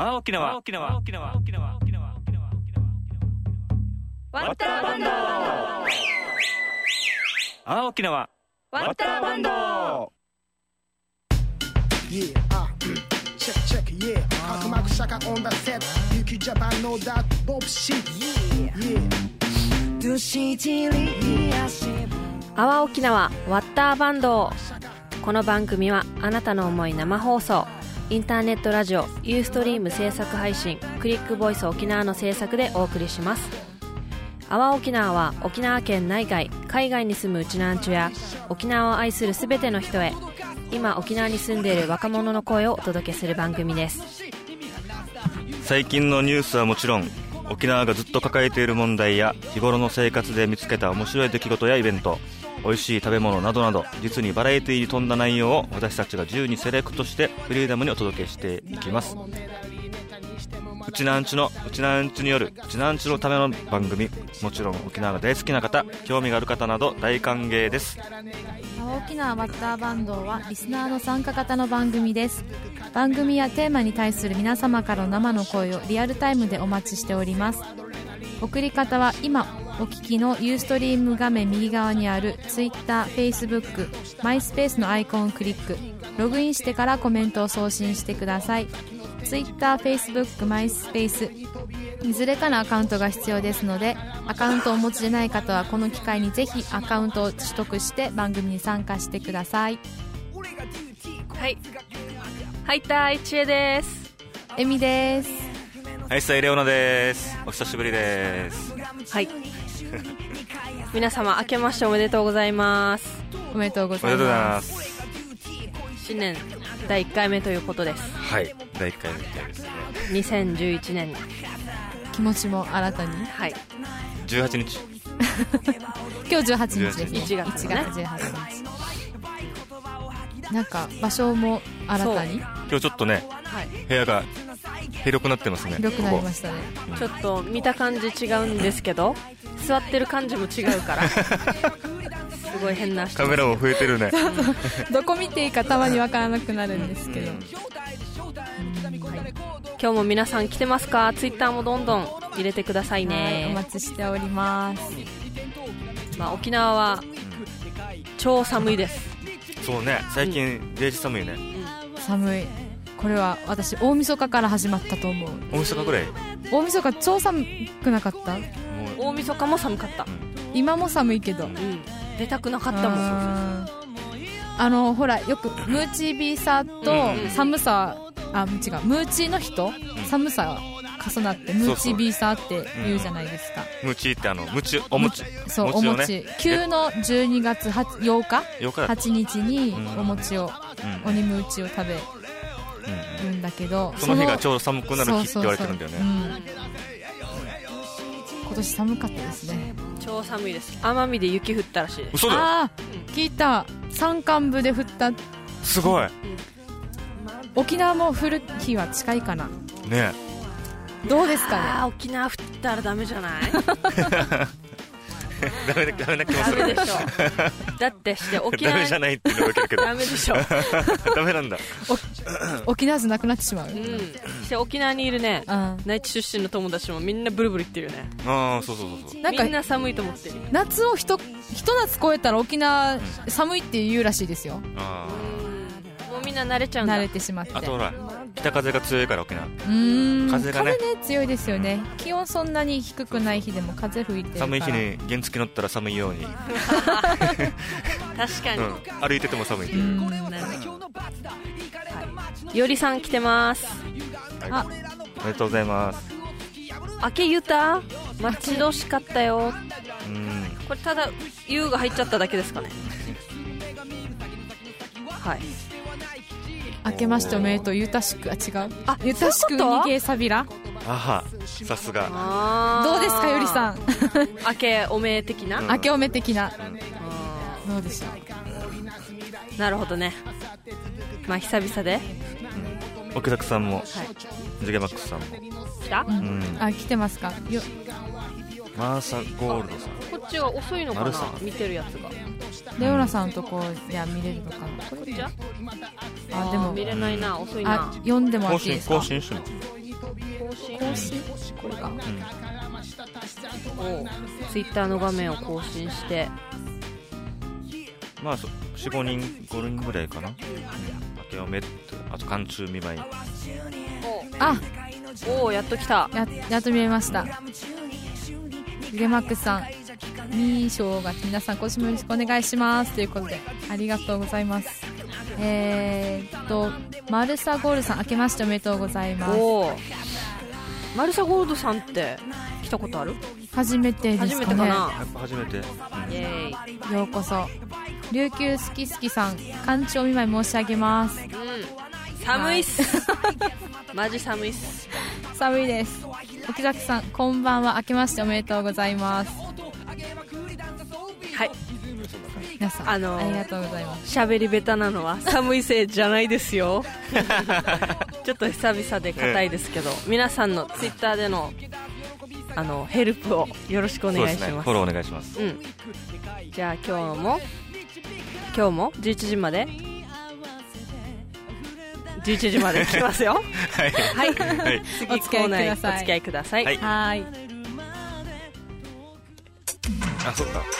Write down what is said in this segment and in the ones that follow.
沖縄ワッターバンド沖縄ワッターバンド Yeah, check, yeah. Hak mak shaka on the set. Yuki Japan no that pop shit. Yeah. 阿波沖縄ワッターバンド。この番組はあなたの思い生放送、インターネットラジオユーストリーム制作配信、クリックボイス沖縄の制作でお送りします。阿波沖縄は沖縄県内外海外に住むうちなんちゅや沖縄を愛するすべての人へ、今沖縄に住んでいる若者の声をお届けする番組です。 最近のニュースはもちろん、沖縄がずっと抱えている問題や日頃の生活で見つけた面白い出来事やイベント、美味しい食べ物などなど、実にバラエティに富んだ内容を私たちが自由にセレクトしてフリーダムにお届けしていきます。うちなんちによるうちなんちのための番組、もちろん沖縄が大好きな方、興味がある方など大歓迎です。 沖縄ワッターバンドはリスナーの参加型の番組です。番組やテーマに対する皆様からの生の声をリアルタイムでお待ちしております。送り方は今お聞きのユーストリーム画面右側にある Twitter、Facebook、MySpace のアイコンをクリック、ログインしてからコメントを送信してください。Twitter、Facebook、MySpace いずれかのアカウントが必要ですので、アカウントをお持ちでない方はこの機会にぜひアカウントを取得して番組に参加してください。 はい、たいちえです。 えみです。 はい、さいレオナです。お久しぶりです。 はい皆様明けましておめでとうございます。 おめでとうございます。 新年第1回目ということです。 はい、第1回目みたいですね。 2011年気持ちも新たに。 はい、 18日今日18日ですね。 1月のね、 1月18日。なんか場所も新たに、 今日ちょっとね、 はい、 部屋が広くなってますね。 広くなりましたね。 ちょっと見た感じ違うんですけど、座ってる感じも違うからすごい変な人。 カメラも増えてるねどこ見ていいかたまにわからなくなるんですけど、 今日も皆さん来てますか？ツイッターもどんどん入れてくださいね。 お待ちしております。 沖縄は超寒いです。 そうね、最近デージ寒いね、 寒い。これは私大晦日から始まったと思う。 大晦日ぐらい。 大晦日超寒くなかった？ 大晦日も寒かった、 今も寒いけど、 出たくなかったもん。 ほらよくムーチービーさと寒さ、違う、ムーチーの人、寒さ重なってムーチービーサーって言うじゃないですか。 ムチってお餅。 そう、お餅。旧の12月8日8日にお餅を、鬼ムーチを食べるんだけど、 その日がちょうど寒くなる日って言われてるんだよね。 今年寒かったですね。 超寒いです。奄美で雪降ったらしいです。 嘘だよ。 聞いた。山間部で降った。 すごい。 沖縄も降る日は近いかなね。 どうですかね。 沖縄降ったらダメじゃないダメな気もする。 ダメでしょだってして沖縄ダメじゃないって言うわけだけどダメでしょダメなんだ。 沖縄じゃなくなってしまう。 して沖縄にいるね、内地出身の友達もみんなブルブル言ってるよね。 そうなんかみんな寒いと思ってる。 夏をひと夏超えたら沖縄寒いって言うらしいですよ。 もうみんな慣れちゃうんだ。 慣れてしまって。 あとほら北風が強いから沖縄。 風がね強いですよね。気温そんなに低くない日でも風吹いてるから。 寒い日に原付乗ったら寒いように確かに、 歩いてても寒い。 よりさん来てます。 おめでとうございます。 明けゆた待ち遠しかったよ。これただ U が入っちゃっただけですかね。はい、 明けましておめでとう。ゆたしく、違う、ゆたしくにげさびら。 さすが。 どうですかよりさん明けおめ的な、 明けおめ的な、どうでしょう。 なるほどね。久々で奥崎さんも、ジゲマックスさんも来た、 来てますか。 マーサゴールドさん。 こっちは遅いのかな、見てるやつが。 レオナさんとこじゃ見れるのかな。 こっちはでも見れないな、遅いな。 読んでもらっていいですか。 更新しても更新これか、ツイッターの画面を更新して、 まあ 4,5 人5人ぐらいかな、明けおめって、あと寒中見舞い。 やっと来た。 やっと見えました。ゲマックスさん、ミーショーが皆さん今年もよろしくお願いしますということで、ありがとうございます。マルサゴールさん、明けましておめでとうございます。 マルサゴールドさんって来たことある？ 初めてですかね。 初めてかな。 やっぱ初めて。 イエーイ。 ようこそ。琉球好き好きさん、寒中お見舞い申し上げます。 寒いっすマジ寒いっす。 寒いです。沖崎さん、こんばんは、明けましておめでとうございます。 はい、 皆さん、ありがとうございます。 喋り下手なのは寒いせいじゃないですよちょっと久々で硬いですけど、皆さんのツイッターでのヘルプをよろしくお願いします。 そうですね、フォローお願いします。 じゃあ今日も11時まで11時まで来ますよはい、 はい、次コーナーへお付き合いください。 はい、 はい。 あ、そっか。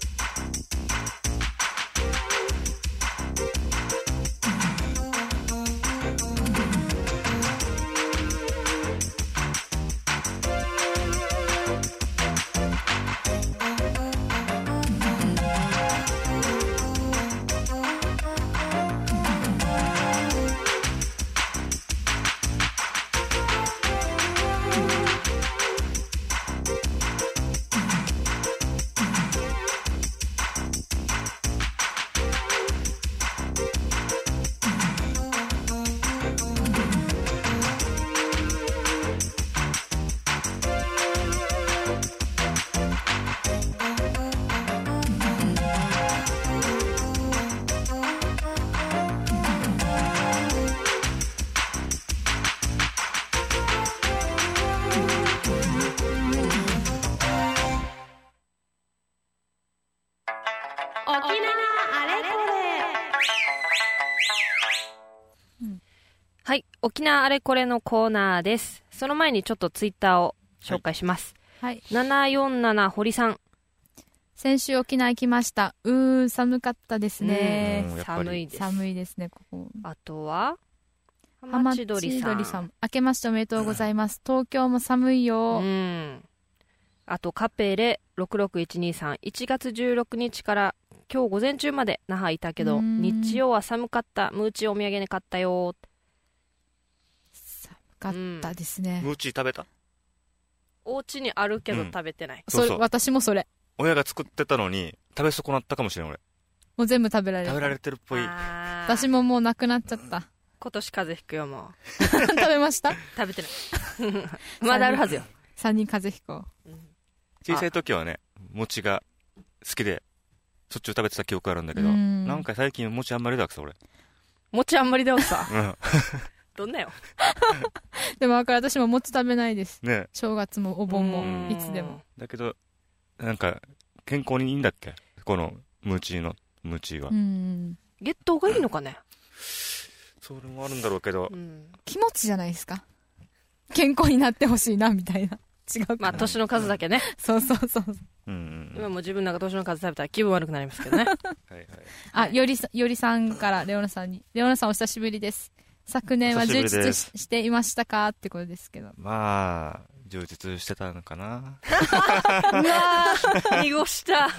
はい、沖縄あれこれのコーナーです。その前にちょっとツイッターを紹介します。 はい。 747堀さん。 先週沖縄行きました。寒かったですね。 寒いです。 寒いですね、ここ。 あとは浜千鳥さん。明けましておめでとうございます。東京も寒いよ。 あとカペレ6612さん。1月16日から今日午前中まで那覇いたけど、日曜は寒かった。ムーチーお土産に買ったよ。 寒かったですね。 ムーチー食べた？ お家にあるけど食べてない。 そう私もそれ。 親が作ってたのに食べ損なったかもしれん俺。 もう全部食べられてるっぽい。 私ももうなくなっちゃった。 今年風邪ひくよもう。 食べました？ 食べてない。まだあるはずよ。 3人風邪ひこう。 小さい時はね、餅が好きでしょっちゅう食べてた記憶あるんだけど、なんか最近餅あんまりだくさ俺。 餅あんまりだくさ。どんなよ。 でも私も餅食べないです。 ね。 正月もお盆もいつでも。 だけどなんか健康にいいんだっけ？このムーチーは。 月糖がいいのかね。 それもあるんだろうけど。 気持ちじゃないですか。健康になってほしいなみたいな。違うかな。 まあ年の数だけね。 そう。 今も自分なんか年の数食べたら気分悪くなりますけどね。 あ、よりさんからレオナさんに。レオナさんお久しぶりです。昨年は充実していましたかってことですけど。 まあ充実してたのかな。 うわー濁した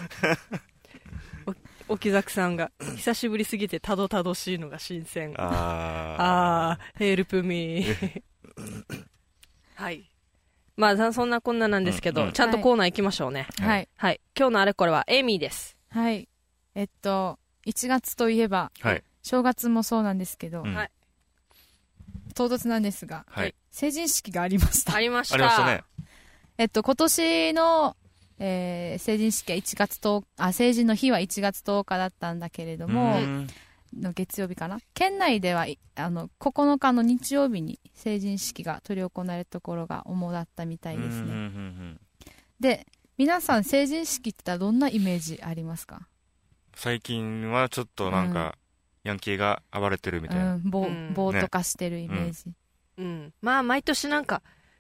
沖崎さんが久しぶりすぎてたどたどしいのが新鮮。ヘルプミー。はい。まあそんなこんななんですけど、ちゃんとコーナー行きましょうね。はい。今日のあれこれはエミーです。 はい。1月といえば、正月もそうなんですけど、唐突なんですが、成人式がありました。 ありましたね。 今年の、成人式は成人の日は1月10日だったんだけれども、の月曜日かな。県内では9日の日曜日に成人式が執り行われるところが主だったみたいですね。で、皆さん成人式ってどんなイメージありますか？ 最近はちょっとなんか、ヤンキーが暴れてるみたいな。 暴徒化してるイメージ。 まあ毎年なんか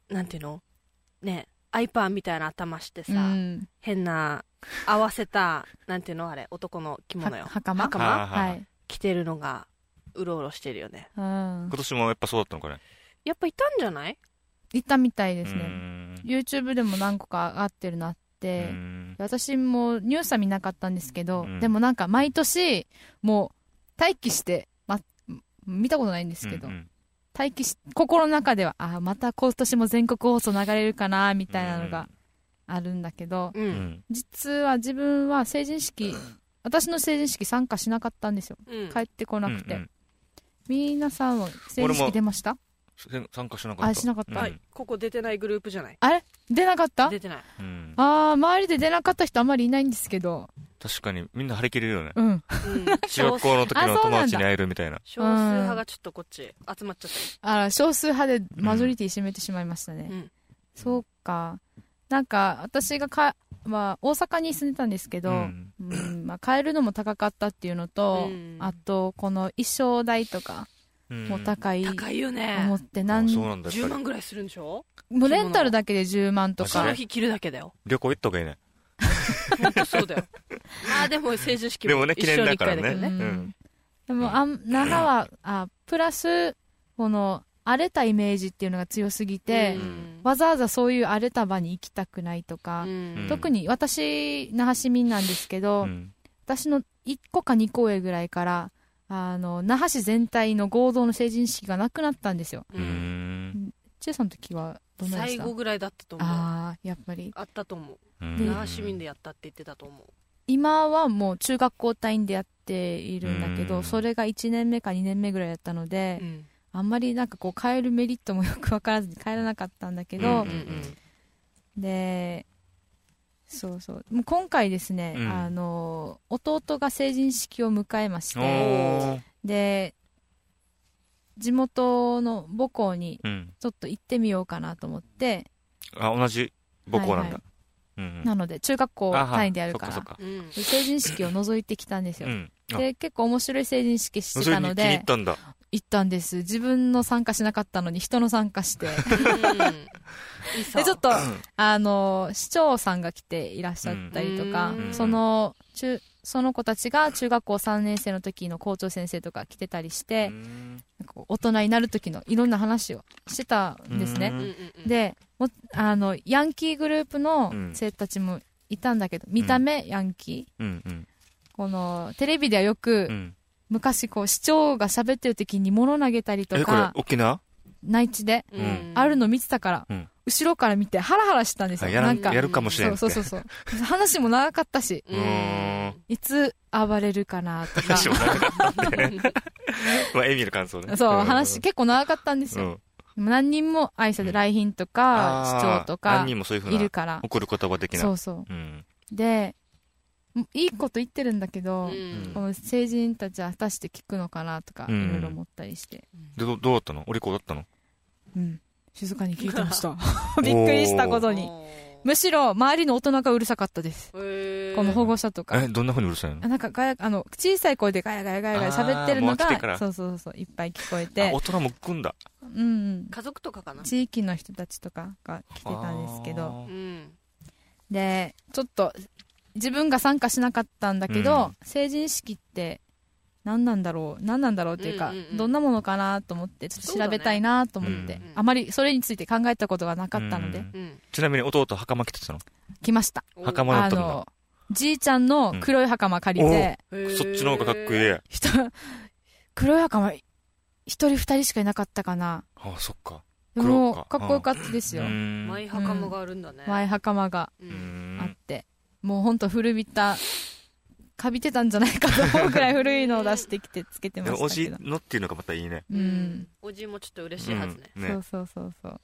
なんていうのね、アイパーみたいな頭してさ、 うん変な合わせたなんていうのあれ男の着物よ、 袴袴はい着てるのがうろうろしてるよね。 うん今年もやっぱそうだったのかね。 やっぱいたんじゃない？ 行ったみたいですうーね。 ん YouTube でも何個か上がってるのあって、 うーん私もニュースは見なかったんですけど、 うんでもなんか毎年もう待機して、見たことないんですけど、 うんうん待機し心の中ではまた今年も全国放送流れるかなみたいなのがあるんだけど、 うん、 うん実は自分は私の成人式参加しなかったんですよ。 うん帰ってこなくて、 うんうん皆さんは成人式出ました？ 参加しなかった。 しなかった、 うんはい、ここ出てないグループじゃない？ あれ出なかった？ 出てない。 うん周りで出なかった人あんまりいないんですけど、 確かにみんな張り切れるよね。 うんうん、 中学校の時の友達に会えるみたいな。 少数派がちょっとこっち集まっちゃった少数派でマジョリティ占めてしまいましたね、 うんそうか。なんか私が大阪に住んでたんですけど、 うん買えるのも高かったっていうのと、 うんあとこの衣装代とかも高い、 高いよね。 思ってあそうなんだ。やっ 10 ぱり万ぐらいするんでしょ？ もうレンタルだけで10万とかその日着るだけだよ。 旅行行った方がいいね。 本当そうだよ。でも成人式もでもね一生に一回だけど記念だからね。 うんでも那覇はプラスこの荒れたイメージっていうのが強すぎて、わざわざそういう荒れた場に行きたくないとか、 うん特に私那覇市民なんですけど、 うん私の1個か2個上ぐらいから那覇市全体の合同の成人式がなくなったんですよ。 うーんチェさんの時はどんなでした？ 最後ぐらいだったと思う。 やっぱりあったと思う。 うん那覇市民でやったって言ってたと思う。 今はもう中学校単位でやっているんだけど、 うんそれが1年目か2年目ぐらいだったので、あんまりなんかこう帰るメリットもよく分からずに帰らなかったんだけど、でそうもう今回ですね、弟が成人式を迎えましおて、 ーで地元の母校にうんちょっと行ってみようかなと思って、 同じ母校なんだはいはい。 うんなので中学校単位でやるからそっかで成人式を覗いてきたんですよ、 うんで結構面白い成人式してたのそれに気に入でったんだ。 行ったんです。自分の参加しなかったのに人の参加してでちょっと市長さんが来ていらっしゃったりとか、 うんその子たちが中学校3年生の時の校長先生とか来てたりして、なんかこう大人になる時のいろんな話をしてたんですね、でヤンキーグループの生徒たちもいたんだけど、見た目ヤンキー、このテレビではよく、昔こう市長が喋ってる時に物投げたりとこれか沖縄内地であるの見てたから、 うん後ろから見てハラハラしたんですよ。なんかやるかもしれんって。 そう話も長かったし、いつ暴れるかなとか話も長かったって。まあ、エミの感想ね。 そう話結構長かったんですよ、でも何人も挨拶来賓とか市長とか何人もそういうふうないるから送る言葉的な。 そうでいいこと言ってるんだけど、この成人たちは果たして聞くのかなとかいろいろ思ったりして、 でどうだったの？お利口だったの？ 静かに聞いてましたびっくりしたことに。むしろ周りの大人がうるさかったです、この保護者とか。 どんな風にうるさいの？ なんか小さい声でガヤガヤ喋ってるのがそういっぱい聞こえて、 大人も来んだ。 家族とかかな、 地域の人たちとかが来てたんですけど、でちょっと自分が参加しなかったんだけど、成人式って何なんだろうっていうか、どんなものかなと思ってちょっと調べたいなと思って、あまりそれについて考えたことがなかったので、 ちなみに弟袴着てたの？ 来ました。 袴だったんだ。 じいちゃんの黒い袴借りて、 そっちの方がかっこいい。 黒い袴一人二人しかいなかったかな。 そっか。 でもかっこよかったですよ。 マイ袴があるんだね。 マイ袴があって、もうほんと古びたかびてたんじゃないかと思うくらい古いのを出してきてつけてましたけど。 おじのっていうのがまたいいね。 おじもちょっと嬉しいはずね。そう。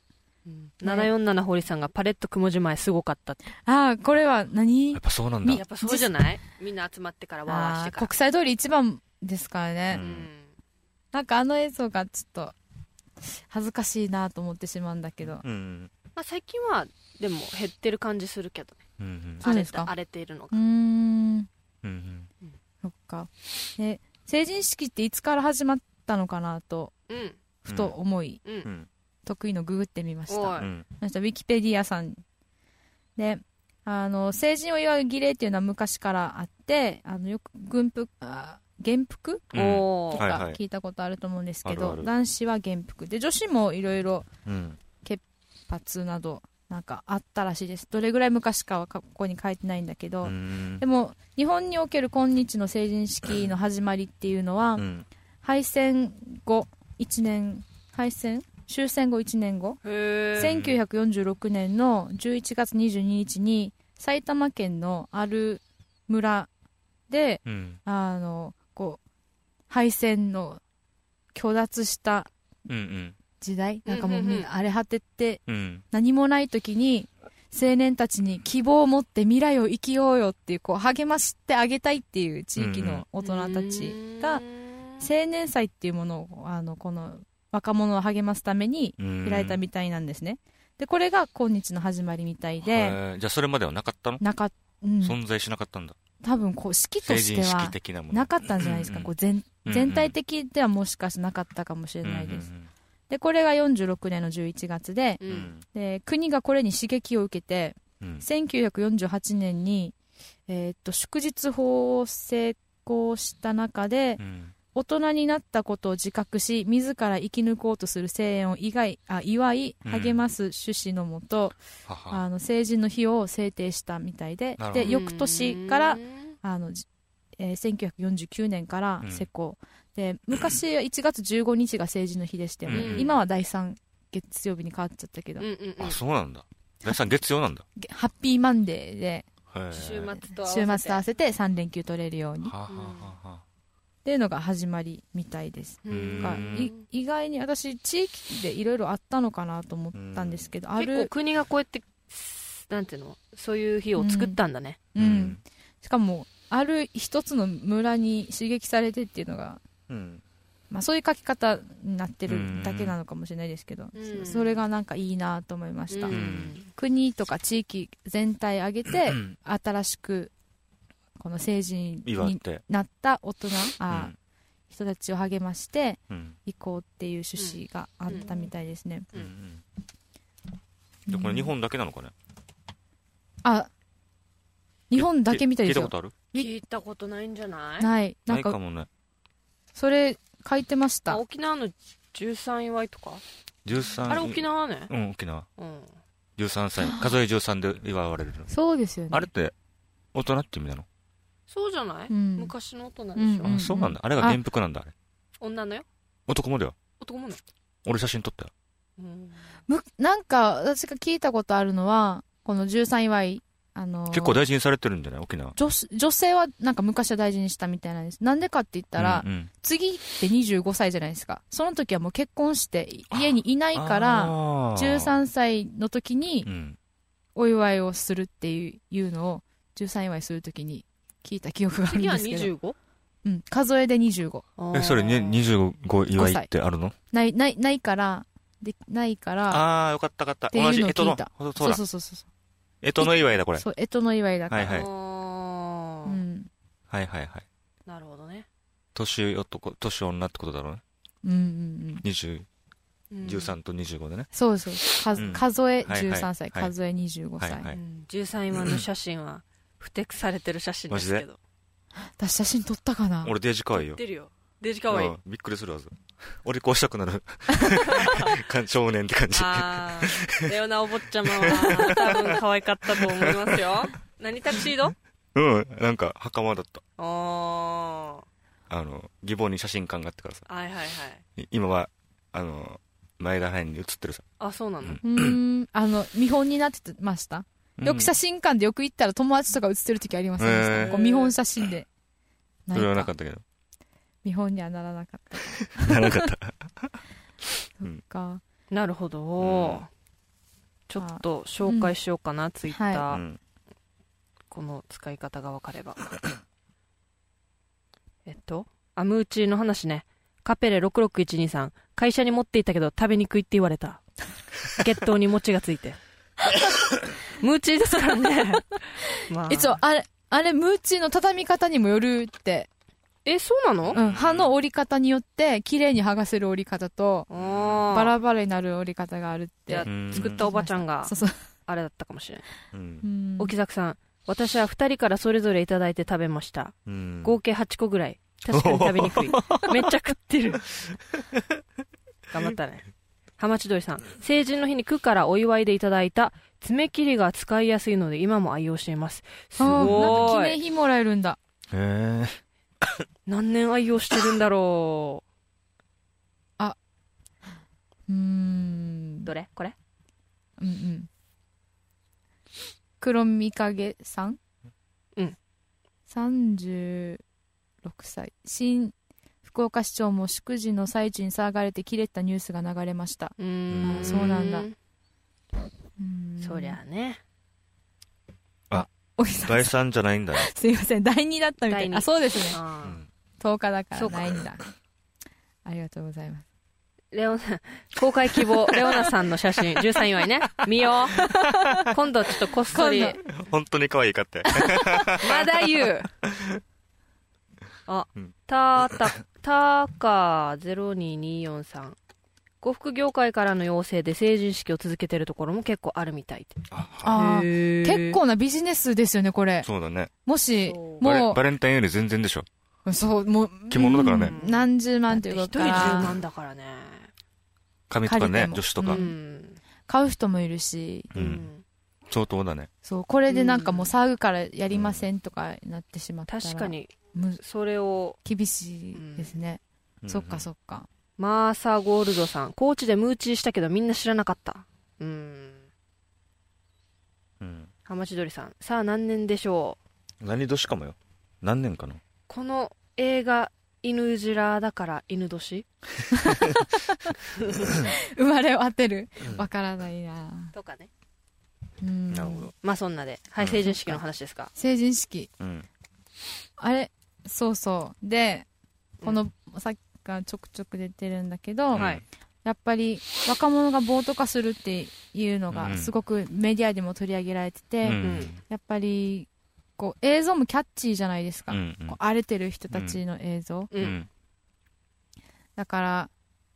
747堀さんがパレットくもじ前すごかったって。 これは何？ やっぱそうなんだ。 やっぱそうじゃない？みんな集まってからわーわーしてから。 国際通り一番ですからね。なんか映像がちょっと恥ずかしいなと思ってしまうんだけど。 最近はでも減ってる感じするけどね。 そうですか？ 荒れているのが。 そっか。成人式っていつから始まったのかなとふと思い、 得意のググってみました。 おいうんそしたらウィキペディアさんで、成人を祝う儀礼っていうのは昔からあって、よく元服うんおーとかはいはい聞いたことあると思うんですけど、 あるある男子は元服で、女子もいろいろうん髪などなんかあったらしいです。どれぐらい昔かはここに書いてないんだけど、 うんでも日本における今日の成人式の始まりっていうのは、 うん敗戦後1年終戦後1年後、 へー 1946年の11月22日に埼玉県のある村でうんこう敗戦の虚脱したうん時代、なんかもううんうんうんみんな荒れ果ててうん何もない時に青年たちに希望を持って未来を生きようよっていう、こう励ましてあげたいっていう地域の大人たちが青年祭っていうものをこの若者を励ますためにうん開いたみたいなんですね。でこれが今日の始まりみたいで、 じゃあそれまではなかったの？ 存在しなかったんだ。 多分こう式と成人しては式的なものなかったんじゃないですか、 うんこう全体的ではもしかしてなかったかもしれないです。 うんでこれが46年の11月で、 ううんんで国がこれに刺激を受けてうん 1948年に、祝日法を成功した中で、 うん大人になったことを自覚し自ら生き抜こうとする青年を祝い励ます趣旨のもと、 はは成人の日を制定したみたいで、 なるほどで翌年から1949年から施行、で昔は1月15日が成人の日でしたよね、 うん今は第3月曜日に変わっちゃったけど、 あ、そうなんだ。皆さん月曜なんだ。 ハッピーマンデーでへー週末と合わせて週末と合わせて3連休取れるようにっははははていうのが始まりみたいです。 うんが意外に私地域でいろいろあったのかなと思ったんですけど、あ結構る、 国がこうやってなんていうの、そういう日を作ったんだね。 うん、しかもある一つの村に刺激されてっていうのが、 うんまあ、そういう書き方になってるだけなのかもしれないですけど、 うんそれがなんかいいなと思いました、 うん国とか地域全体挙げてうん新しくこの成人に祝って。 なった大人、 うん人たちを励ましてうん行こうっていう趣旨があったみたいですね、 うんうんでこれ日本だけなのかね？ あ、日本だけみたいですよ。 聞いたことある？ 聞いたことないんじゃない？ ない、なかなんいかもね。 それ書いてました。 沖縄の13祝いとか、 13 あれ沖縄ね。 うん、沖縄うん。 13歳数え13で祝われるの。 そうですよね。 あれって大人って意味なの？ そうじゃない？ うん昔の大人でしょうんあ、そうなんだ。あれが元服なんだ。あれ女のよ。 男もだよ。 男もね。 俺写真撮ったよ。 うんなんか私が聞いたことあるのはこの13祝い結構大事にされてるんじゃない沖縄？ 女性はなんか昔は大事にしたみたいなんです。なんでかって言ったら、 うんうん次って25歳じゃないですか。その時はもう結婚して家にいないからあー 13歳の時にうんお祝いをするっていうのを13祝いする時に聞いた記憶があるん次はですけど、 25？ うん、数えで25 それね25祝いってあるの？ ないからああよかったよかった。 っていうのを同じ干支の聞いた。 そうだそう干支の祝いだこれ。 そう干支の祝いだから、 はいはいあーうんはいはいはい。 なるほどね。 年男年女ってことだろうね。 うんうんうん 20 うん 13と25でね。 そうそううん数えはいはい 13歳、 はい数え25歳、 はいはいうん13祝いの写真はふてくされてる写真ですけど。 私写真撮ったかな。 俺デージ可愛いよ撮っ。てるよ。デジかわいい。 うんびっくりするはず。俺こうしたくなる少年って感じ。 あー、レオナお坊ちゃまは多分可愛かったと思いますよ。何タキシード？ うんなんか袴だった。 あ義母に写真館があってからさ。 ー、はいはいはい。 今は前田範に写ってるさ。 あ、そうなの。 見本になってました。よく写真館でよく行ったら友達とか写ってる時ありませんでした、 へーこう見本写真で。 それはなかったけど。 見本にはならなかった。 ならなかった。 そっか。 なるほど、 うんちょっと紹介しようかな、ツイッター、 うんこの使い方が分かればアムーチーの話ね。カペレ6612さん、会社に持っていたけど食べにくいって言われた。月頭に餅がついてムーチーですからね。まあ、 一応あれムーチーの畳み方にもよるってそうなの？ うん、歯の折り方によって綺麗に剥がせる折り方とババラバラになる折り方があるってじゃあ作ったおばちゃんがそうそう、 あれだったかもしれない。 うんうん沖崎さん、私は2人からそれぞれいただいて食べました。 うん合計8個ぐらい。確かに食べにくい。めっちゃ食ってる。頑張ったね。浜千鳥さん、成人の日に区からお祝いでいただいた爪切りが使いやすいので今も愛用しています。すあーなんか記ごい。 念品もらえるんだ。 へえ。 何年愛用してるんだろどれこれ？ うんうん。黒みかげさん、 うん、 36歳。新福岡市長も祝辞の最中に騒がれて切れたニュースが流れました。あそうなんだ。 そりゃあね。 おひさん第3じゃないんだね。 すいません、第2だったみたい第二な。あ、そうですね。 あ 10日だからそうか第2だ。ありがとうございます。 レオナ、公開希望、レオナさんの写真、13位はね、見よう。今度ちょっとこっそり、 今本当に可愛いかって。 まだ言う。あ、 うんたか02243。呉服業界からの要請で成人式を続けてるところも結構あるみたいって。 あーへー結構なビジネスですよね、これ。 そうだね。 もし、 そうもバレンタインより全然でしょ。 う、そう、もう、 着物だからね。 何十万という一人か 10万だからね。 髪とかね、 借りても女子とか。 うん。 買う人もいるし、 うん。相当だね。 そう、これでなんかもう騒ぐからやりませんとかなってしまったら、 確かに、 むそれを、 厳しいですね。そっかそっか。 マーサーゴールドさん、高知でムーチーしたけどみんな知らなかった。 うん。 浜千鳥さん、さあ何年でしょう。 何年かもよ。何年かな。 この映画、犬面だから犬年生まれを当てる。わからないな。 とかね。 なるほど。 まあそんなで。はい、成人式の話ですか。 成人式。 うん。 あれ、そうそう。で、この、さっきからちょくちょく出てるんだけど、 はい。 やっぱり若者が暴徒化するっていうのうんがすごくメディアでも取り上げられてて、 うんやっぱりこう映像もキャッチーじゃないですか、 うんこう荒れてる人たちの映像、 う。 うんん。 だから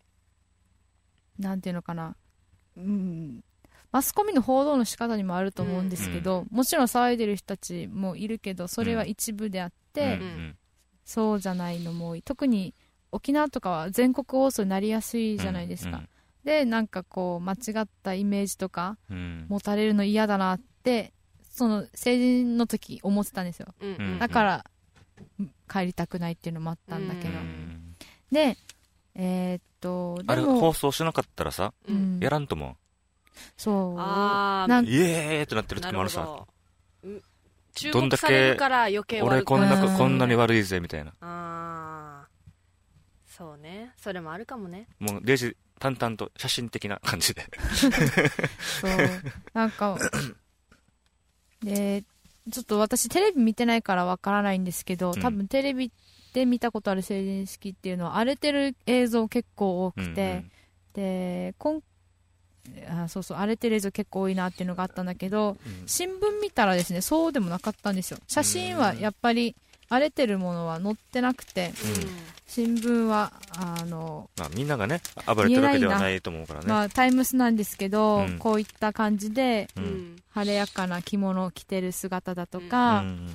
なんていうのかな、マスコミの報道の仕方にもあると思うんですけど、もちろん騒いでる人たちもいるけどそれは一部であって、 うんそうじゃないのも多い。特に沖縄とかは全国放送になりやすいじゃないですか、でなんかこう間違ったイメージとかうん持たれるの嫌だなってその成人の時思ってたんですよ。 うん。 うんだから帰りたくないっていうのもあったんだけど、 うんであれでも放送しなかったらさ、 うんやらんとも。 そうあー、 なんイエーイってなってるなるほ時もあるさ。 ど。注どんだけ目されるから余計悪く俺こんなる。 うんなこんなに悪いぜみたいな。 あー。そうね。それもあるかもね。 もうデイジ淡々と写真的な感じで。 そうなんかでちょっと私テレビ見てないからわからないんですけど、多分テレビで見たことある成人式っていうのは荒れてる映像結構多くて、でそうそう荒れてる映像結構多いなっていうのがあったんだけど、新聞見たらですねそうでもなかったんですよ。写真はやっぱり荒れてるものは載ってなくて、新聞はまあみんながね暴れてるわけではないと思うからね。 まあタイムスなんですけど、 うんこういった感じでうん。 晴れやかな着物を着てる姿だとうか、 ん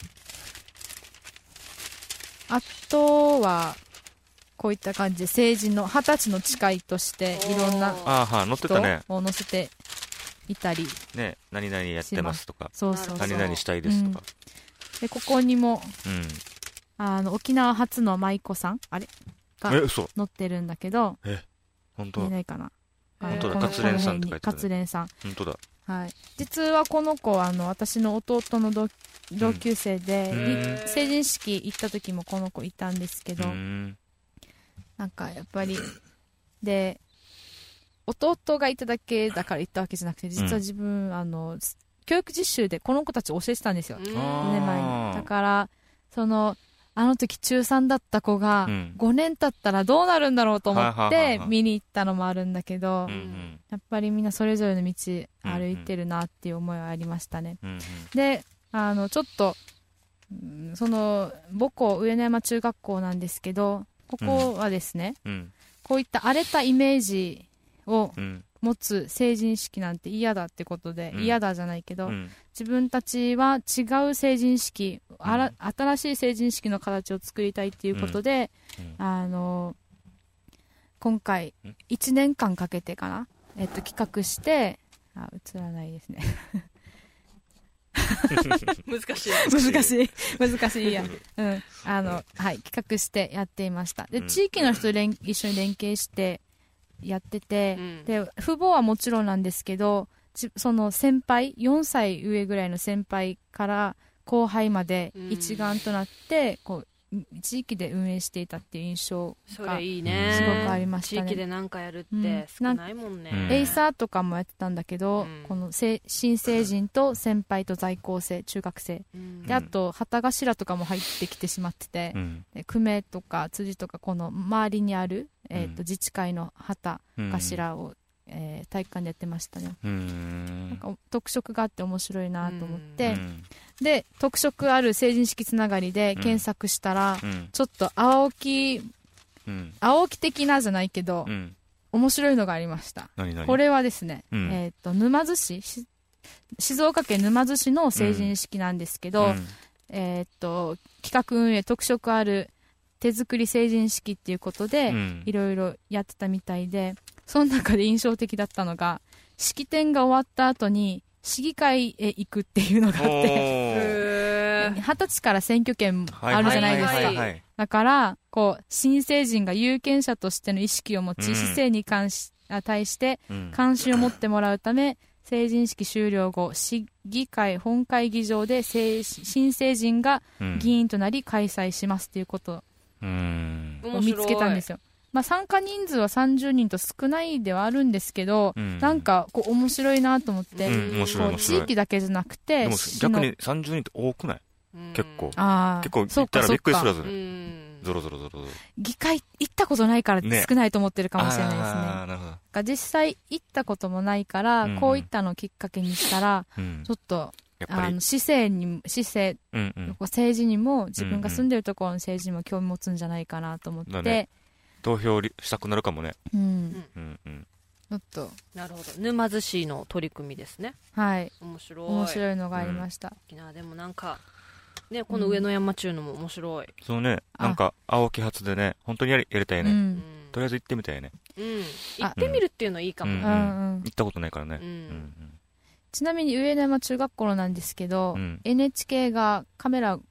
あとはこういった感じで成人の20歳の誓いとしていろんなあーはー載って人たね。 を載せていたり、 ね、何々やってますとか、 そうそうそう何々したいですとか。 でここにもうん。 沖縄初の舞妓さんあれが嘘。 載ってるんだけど本当だ。 見えないかな。 本当だこの活連さんって書いてある活連さん、 本当だ。 はい、実はこの子私の弟の同級生で、 うん成人式行った時もこの子いたんですけど、 うんなんかやっぱりで弟がいただけだから行ったわけじゃなくて、実は自分、教育実習でこの子たち教えてたんですよ、 うん 2年前に。だからあの時中3だった子がうん 5年経ったらどうなるんだろうと思っはいはいはいはいて見に行ったのもあるんだけど、 うんやっぱりみんなそれぞれの道歩いてるなっていう思いはありましたね。 うんでちょっとその母校上野山中学校なんですけど、ここはですね、 うんこういった荒れたイメージをうん持つ成人式なんて嫌だってことで、 うん嫌だじゃないけど、 うん自分たちは違う成人式、新しい成人式の形を作りたいっていうことで、今回1年間かけてかな、企画して、映らないですね難しい。 難しいいや、はい、企画してやっていました。で、地域の人と一緒に連携してやってて、で父母はもちろんなんですけど、その先輩、4歳上ぐらいの先輩から後輩まで一丸となってこう地域で運営していたっていう印象そがれいいね。 すごくありましたね。 地域で何かやるって少ないもんね。 エイサーとかもやってたんだけど、この新成人と先輩と在校生、中学生、であと旗頭とかも入ってきてしまってて、で久米とか辻とかこの周りにある、自治会の旗頭を、体育館でやってましたね。なんか特色があって面白いなと思って、で特色ある成人式つながりで検索したら、ちょっと青木的なじゃないけど、面白いのがありました。これはですね、沼津市、静岡県沼津市の成人式なんですけど、企画運営特色ある手作り成人式っていうことで、いろいろやってたみたいで、その中で印象的だったのが、式典が終わった後に市議会へ行くっていうのがあって20歳から選挙権あるじゃないですか。だからこう新成人が有権者としての意識を持ち、市政に対して関心を持ってもらうため、成人式終了後市議会本会議場で新成人が議員となり開催しますっていうことを見つけたんですよ。参加人数は30人と少ないではあるんですけど、なんかこう面白いなと思って、地域だけじゃなくて、 でも逆に30人って多くない？結構行ったらびっくりするはずね。ゾロゾロ。 議会行ったことないから少ないと思ってるかもしれないですね。 なるほど。 実際行ったこともないから、こういったのをきっかけにしたら、ちょっと市政、政治にも自分が住んでるところの政治にも興味持つんじゃないかなと思って。 投票したくなるかもね。 ちょっとなるほど。沼津市の取り組みですね。 はい。 面白いのがありました。 沖縄でもなんかね、この上野山中のも面白い。 そうね、なんか青木発でね、本当にやりたいね。とりあえず行ってみたいね。 行ってみるっていうのいいかもね。 行ったことないからね。 ちなみに上野山中学校なんですけど、NHK がカメラ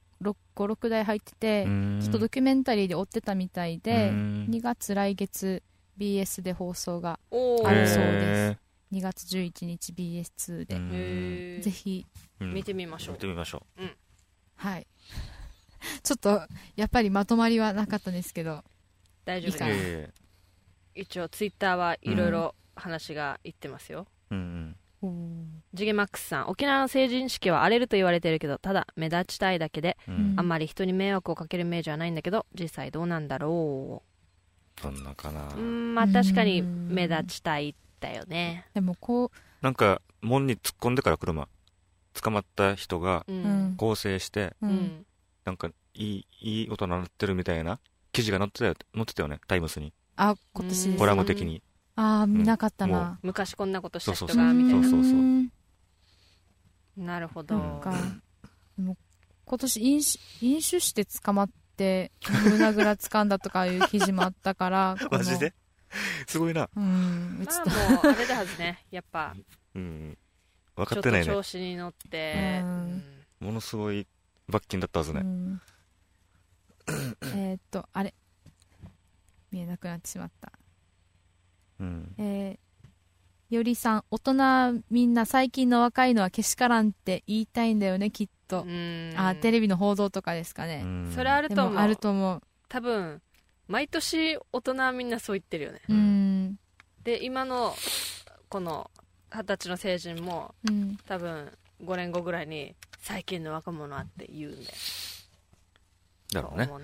6台入ってて、ちょっとドキュメンタリーで追ってたみたいで、2月来月 BS で放送があるそうです。2月11日 BS2 で、ぜひ見てみましょう。 はい。ちょっとやっぱりまとまりはなかったんですけど、 大丈夫です。一応ツイッターはいろいろ話がいってますよ。ジゲマックスさん、沖縄の成人式は荒れると言われてるけど、ただ目立ちたいだけで、あんまり人に迷惑をかけるイメージはないんだけど、実際どうなんだろう。 そんなかな。 確かに目立ちたいだよね。 でもこうなんか門に突っ込んでから車捕まった人が構成して、なんかいい音鳴ってるみたいな記事が載ってたよね、タイムスに。 今年ですか。 コラム的に。 見なかったな。 昔こんなことした人がみたいな。なるほど。 今年飲酒して捕まって胸ぐら掴んだとかいう記事もあったからマジですごいな。 もうあれだはずね、やっぱ分かってないね。 ちょっと調子に乗ってものすごい罰金だったはずね。 あれ見えなくなってしまった。よりさん、大人みんな最近の若いのはけしからんって言いたいんだよね、きっと。テレビの報道とかですかね。 それあると思う。 あると思う。 多分毎年大人はみんなそう言ってるよね。で今のこの20歳の成人も、多分5年後ぐらいに最近の若者はって言うんだよ。 だろうね。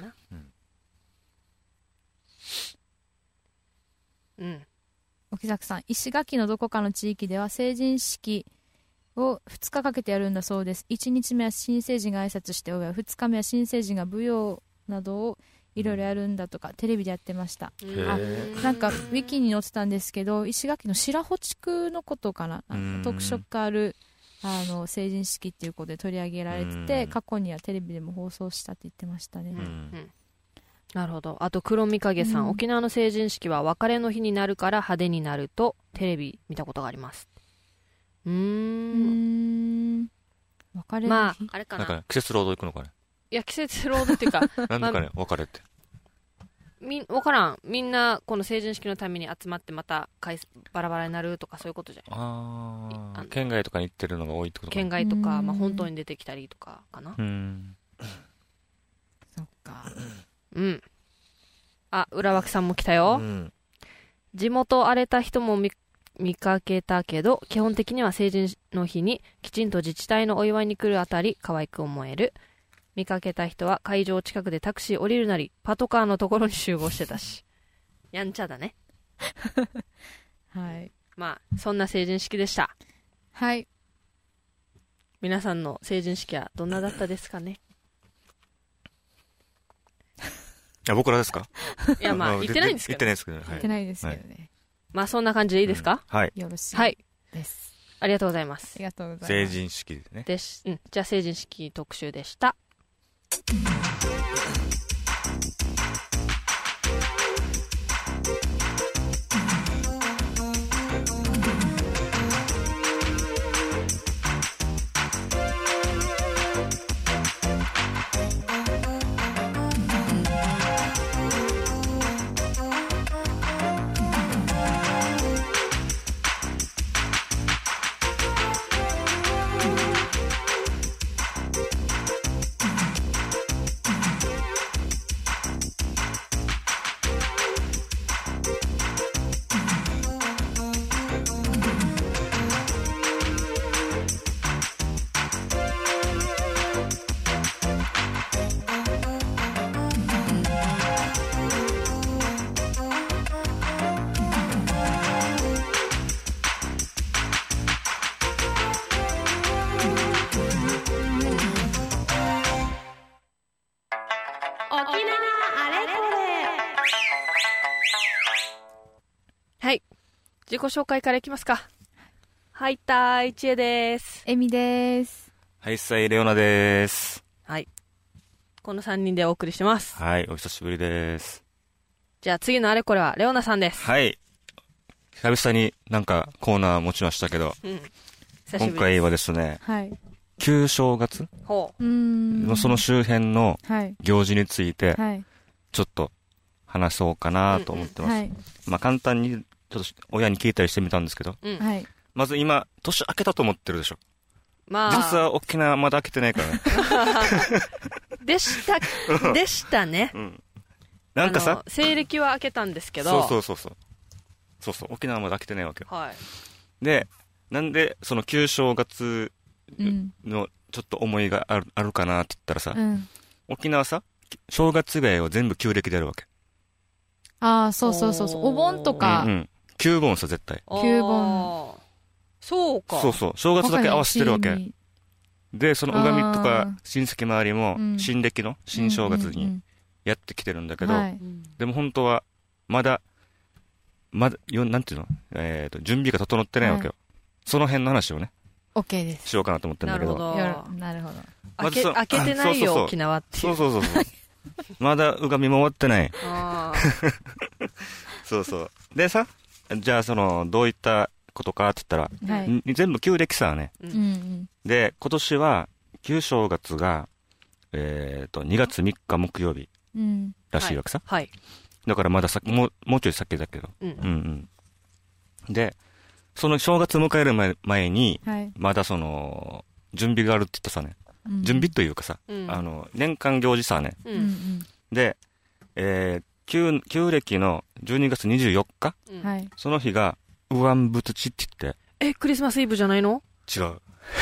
うん。 沖崎さん、石垣のどこかの地域では成人式を2日かけてやるんだそうです。1日目は新成人が挨拶して終わる、2日目は新成人が舞踊などをいろいろやるんだとかテレビでやってました。なんかウィキに載ってたんですけど、石垣の白穂地区のことかな、特色がある成人式っていうことで取り上げられてて、過去にはテレビでも放送したって言ってましたね。 なるほど。あと黒みかげさん、沖縄の成人式は別れの日になるから派手になるとテレビ見たことがあります。別れの日、まああれかな、 なんか季節労働行くのかね。 いや季節労働っていうかなんでかね、別れって分からん。みんなこの成人式のために集まってまたバラバラになるとかそういうことじゃない。 県外とかに行ってるのが多いってことか。 県外とか、まあ、本当に出てきたりとかかな。 そっか。 あ、浦脇さんも来たよ。地元荒れた人も見かけたけど、基本的には成人の日にきちんと自治体のお祝いに来るあたり可愛く思える。見かけた人は会場近くでタクシー降りるなりパトカーのところに集合してたしやんちゃだねはい。 まあそんな成人式でした。 はい。 皆さんの成人式はどんなだったですかね。 いや僕らですか。 いやまあ言ってないんですけど。 言ってないですけどね。 言ってないですけどね。 まあそんな感じでいいですか。 はい。 よろしいです。 ありがとうございます。 ありがとうございます。 成人式ですね。 じゃあ成人式特集でした。自己紹介からいきますか。はい、ちえです。 えみです。 はい、さいレオナです。 はい。この3人でお送りしてます。 はい、お久しぶりです。 じゃあ次のあれこれはレオナさんです。 はい。久々になんかコーナー持ちましたけど、今回はですね、旧正月のその周辺の行事について、ちょっと話そうかなと思ってます。まあ簡単にちょっと親に聞いたりしてみたんですけど、まず今年明けたと思ってるでしょ。まあ実は沖縄まだ明けてないからねでしたね、 なんかさ西暦は明けたんですけど、 そう沖縄まだ明けてないわけよ、でなんでその旧正月のちょっと思いがあるかなって言ったらさ、沖縄さ正月以外は全部旧暦でやるわけ。 ああ、そうお盆とか、 旧盆さ、絶対。 旧盆。 そうか。 そう。正月だけ合わせてるわけ。で、その拝みとか親戚周りも、新暦の新正月にやってきてるんだけど、でも本当は、まだ、なんていうの準備が整ってないわけよ。その辺の話をね、 OK です。 しようかなと思ってるんだけど。 なるほど。 開けてないよ、沖縄っていう。 そう。まだ拝みも終わってない。そう。でさ、じゃあどういったことかって言ったら、全部旧暦さね。で、今年は旧正月が、2月3日木曜日らしいわけさ。だからまだもうちょい先だけど。で、その正月迎える前に、まだ準備があるって言ったさね。準備というかさ、年間行事さね。で、旧暦の12月24日、その日がウアンブツチって言って。 クリスマスイブじゃないの？ 違う。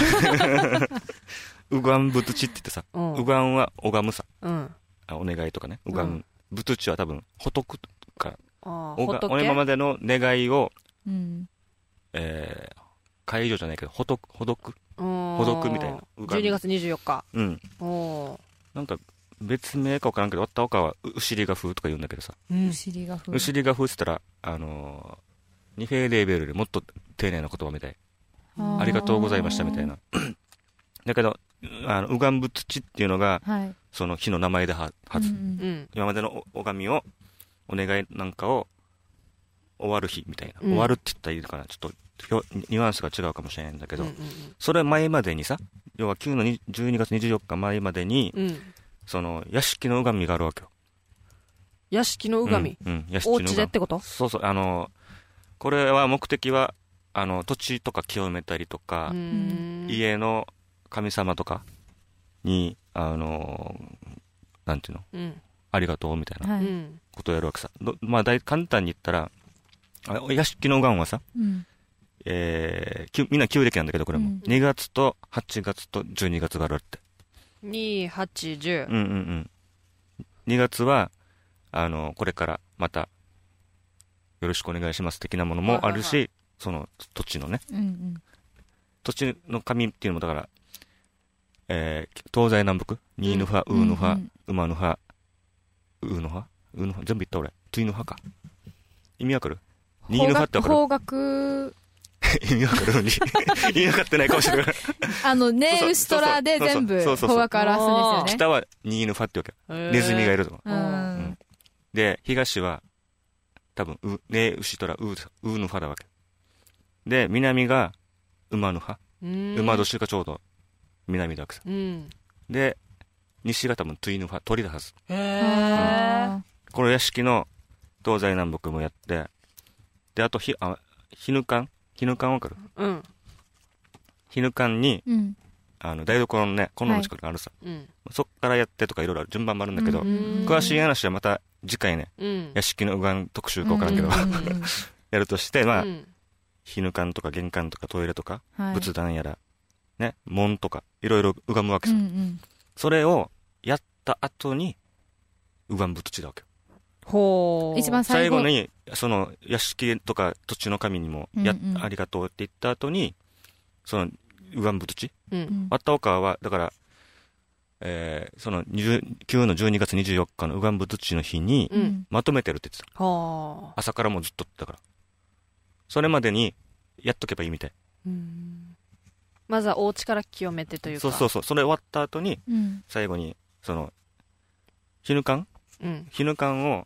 ウガンブツチって言ってさ、ウガンは拝むさ、お願いとかね。ウガンブツチは多分仏とか、お今までの願いを、 解除じゃないけどほどくみたいな 12月24日。 おなんか別名か分からんけど、わったおかはうしりが風とか言うんだけどさ、 うしりが風。 うしりが風って言ったらニフェーレーベルでもっと丁寧な言葉みたい。ありがとうございましたみたいな。だけどウガンブ土っていうのが、はい、その日の名前ではず、今までの拝みをお願いなんかを終わる日みたいな、終わるって言ったらいいのかな、ちょっとニュアンスが違うかもしれないんだけど、それ前までにさ、要は旧の12月24日前までに、その屋敷の拝みがあるわけよ。 屋敷の拝み、屋敷の拝み、お家でってこと？ そうそう、これは目的は土地とか清めたりとか、家の神様とかになんていうの、ありがとうみたいなことをやるわけさ。まあ簡単に言ったら、屋敷の拝みはさ、みんな旧暦なんだけど、これも2月と8月と12月があるって。 2、8、10。 2月はこれからまたよろしくお願いします的なものもあるし、その土地のね、土地の神っていうのもだから、東西南北、ニーヌファ、ウーヌファ、ウマヌファ、ウーヌファ、全部言った俺、トゥイヌファか。意味わかる？ニーヌファってわかる？ 方角意味わかる？意味わかってないかもしれない。 ネウシトラで全部方角表すんですよね。 北はニーヌファってわけ。ネズミがいるとか。で、東は多分ネウシトラ、ウーヌファだわけ。で、南が馬ヌファ。馬年がちょうど南だわけさ。で、西が多分トゥイヌファ、鳥だはず。この屋敷の東西南北もやって、で、あとヒヌカンわかる？ヒヌカンに、台所のね、コンロの近くがあるさ。そっからやってとかいろいろ順番もあるんだけど、詳しい話はまた次回ね、屋敷の拝み特集かわからんけど、やるとして、まあ、ヒヌカンとか玄関とかトイレとか、仏壇やら、ね、門とか、いろいろ拝むわけさ。それをやった後に、拝む土地だわけよ。 一番最後に、その屋敷とか土地の神にもありがとうって言った後に、その拝む土地、わったおかは、だから、その旧の12月24日の拝む土地の日に、まとめてるって言ってた。朝からもうずっとだから。それまでにやっとけばいいみたい。 まずはお家から清めてというか。 そう。それ終わった後に、最後に、その、ヒヌカンを、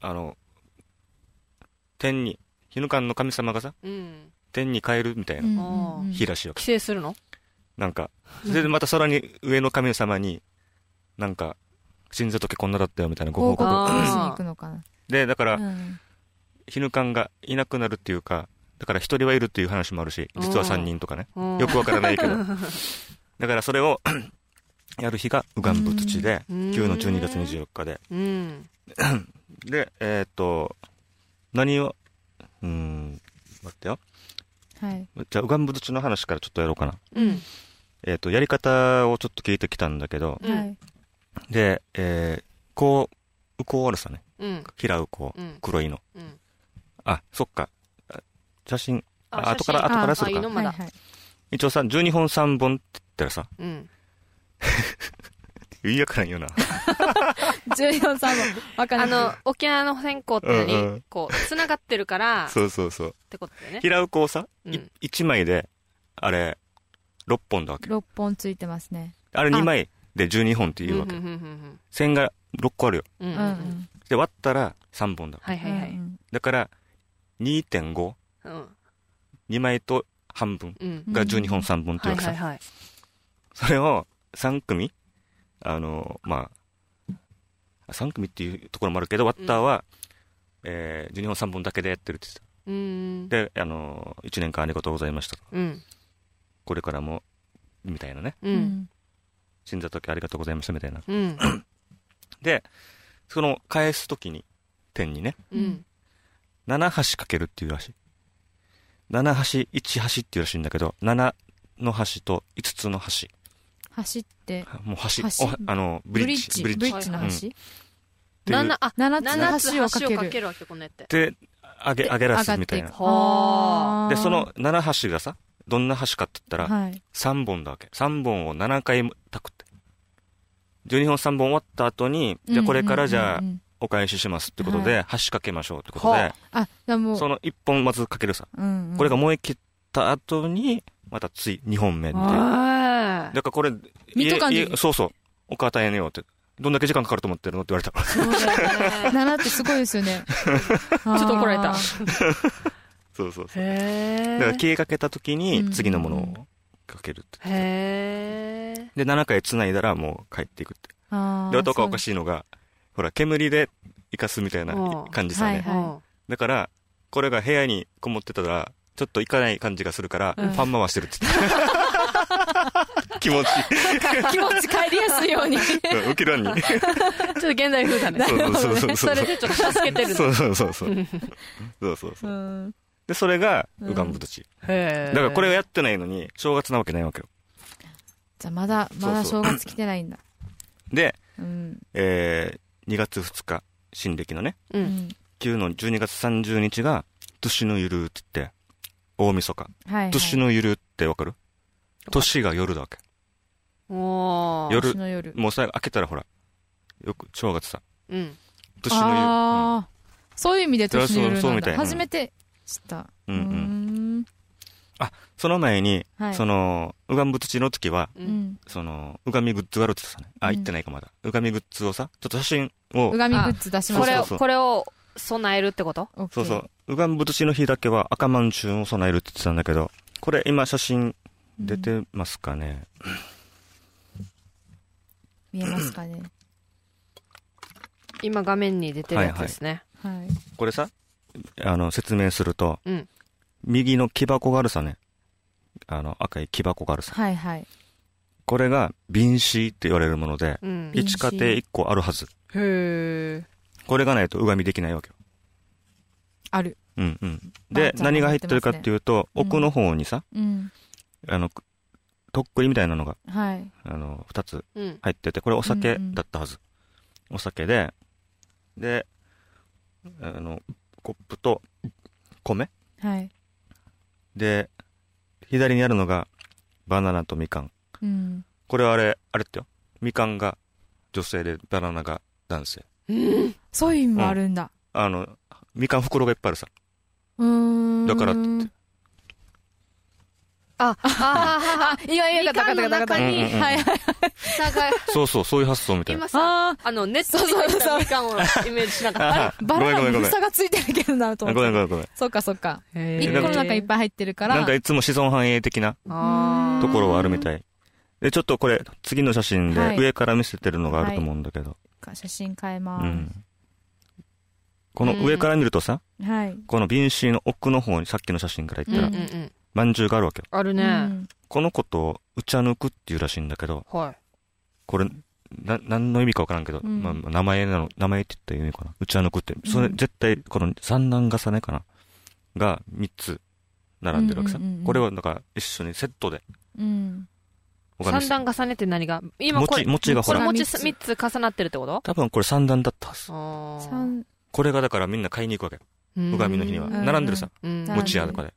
天に、ヒヌカンの神様がさ、天に帰るみたいな日らしいわけ。 帰省するの？ なんか、で、また空に、上の神様に、なんか、死んだ時こんなだったよみたいなご報告。 しに行くのかな。 で、だから、ヒヌカンがいなくなるっていうか、だから一人はいるっていう話もあるし、実は3人とかね。よくわからないけど。だからそれを、やる日が拝む土地で、旧の12月24日で。で、何を、待ってよ。じゃあ、拝む土地の話からちょっとやろうかな。やり方をちょっと聞いてきたんだけど、で、ウコーあるさね。平ウコー、黒いの。あ、そっか。写真、後からするか。一応さ、12本3本って言ったらさ、言いやからんよな。 14、3本。わかんない。 沖縄の線香って何こう、繋がってるから。 そう。 ってことだよね。 平ウコをさ、1枚で、あれ、6本だわけ。 6本ついてますね。 あれ2枚で12本って言うわけ。線が6個あるよ。で、割ったら3本だ。だから、2.5。2枚と半分が12本3本っていうわけさ。それを3組、まあ、3組っていうところもあるけど、ワッターは、12本3本だけでやってるって言ってた。で、1年間ありがとうございました。これからも、みたいなね。死んだ時ありがとうございましたみたいな。で、その返す時に、天にね、7箸かけるっていうらしい。7箸、1箸っていうらしいんだけど、7の箸と5つの箸。 箸って、 もう箸、ブリッジの箸、 7つ箸をかけるわけ、このやって。 で、あげらすみたいな。で、その7箸がさ、 どんな箸かって言ったら、 はい。 3本だわけ。3本を7回炊くって。12本3本終わった後に、じゃあこれからじゃあお返ししますってことで、箸かけましょうってことで、 あ、じゃあもう、 その1本まずかけるさ。 うんうん、 これが燃え切った後に、また2本目みたいな。だからこれ、 見とかんでいいそうそう。お母大変よって。どんだけ時間かかると思ってるのって言われた。 そうだよね。 7ってすごいですよね。ちょちょっと怒られた。 そうそうそう。 へだから消えかけた時うんに次のものをかけるって。 へー。 で、7回繋いだらもう帰っていくって。 あーで、男はおかしいのが、ほら、煙で生かすみたいな感じさね。 はいはだから、これが部屋にこもってたら、ちょっと行かない感じがするから、 うんファン回してるって言って。気持ち気持ち帰りやすいように。 いい。ウケるんに。 ちょっと現代風だね。 そうそうそうそう。 それでちょっと助けてる。 そうそうそうそう。そうそうそうう。 ん。 で、それが、うがんぶとち。 へー。 だからこれをやってないのに、正月なわけないわけよ。 じゃあまだ正月来てないんだ。 で、 うん。 2月2日、新暦のね、 う。 うんん。 旧の12月30日が、年のゆるって言って、大晦日。 はい、はい。 年のゆるってわかる？年が夜だわけ。 おー。 夜年の夜。 もうさ、開けたらほら、よく正月さ、 うん。 年のゆる。 ああ、そういう意味で年の夜なんだ。 そうみたいな初めて知った。 うんうんん。 その前に、 はい。 その、うがんぶつちの時は、 う。 うんん。 その、うがみグッズがあるって言ってたね。あ、 うん言ってないかまだ。うがみグッズをさ、ちょっと写真をう、がみグッズ出しまこれを、 しょう。 そうこれを備えるってこと？ オッケーそうそう。うがんぶつちの日だけは赤まんじゅうを備えるって言ってたんだけど、これ今写真出てますかね。 見えますかね。 今画面に出てるやつですね。 はい。 これさ、説明すると、 うん。 右の木箱があるさね。赤い木箱があるさ。 はいはい。 これが、瓶紙って言われるもので、 うん。 瓶 1家庭1個あるはず。 へー。 これがないとうがみできないわけよ。 ある。 うんうん。で、 じゃあ何が入ってるかっていうと、 うん奥の方にさ、 うん。 とっくりみたいなのが、 はい。 2つうん。 入ってて、これお酒うんうんだったはず。お酒で、で、コップと米はい。 で、左にあるのがバナナとみかん。 うん。 これはあれってよ。みかんが女性でバナナが男性。 そういう意味もあるんだ。 みかん袋がいっぱいあるさ。 うーん。 だからって言って。 今言えたみかんの中にうんうんうんはいはい。 なんか、 そうそう、そういう発想みたいな。 今さ、 あネットに入ったみかんをイメージしなかった。 あバラのごめんごめんごめん。 房がついてるけどなとあ思って。 ごめんごめんごめん。 そっかそっか。 へー一個の中いっぱい入ってるから。 なんかいつも子孫繁栄的なあーところはあるみたい。で、ちょっとこれ、次の写真ではい上から見せてるのがあると思うんだけど。 写真変えまうん。この上から見るとさ、 す。はい。 この瓶紙の奥の方にさっきの写真から言ったら、 うんうんうん。 まんじゅうがあるわけよ。 あるね。 うんこのことを、うちゃぬくっていうらしいんだけど、 はい。 これ、何の意味かわからんけど、 うんまあ、名前って言ったらいいのかな。うちゃぬくって。それ、絶対、この三段重ねかな。が3つ並んでるわけさ。 うんうんうんうんこれを、なんか、一緒にセットで。 うん。 三段重ねって何が今これ、 餅がほらこれ餅3つ重なってるってこと？ 多分これ3段だったはず。 あー三これがだからみんな買いに行くわけ。うがみの日には。 うん並んでるさ。 うんうん餅屋とかで。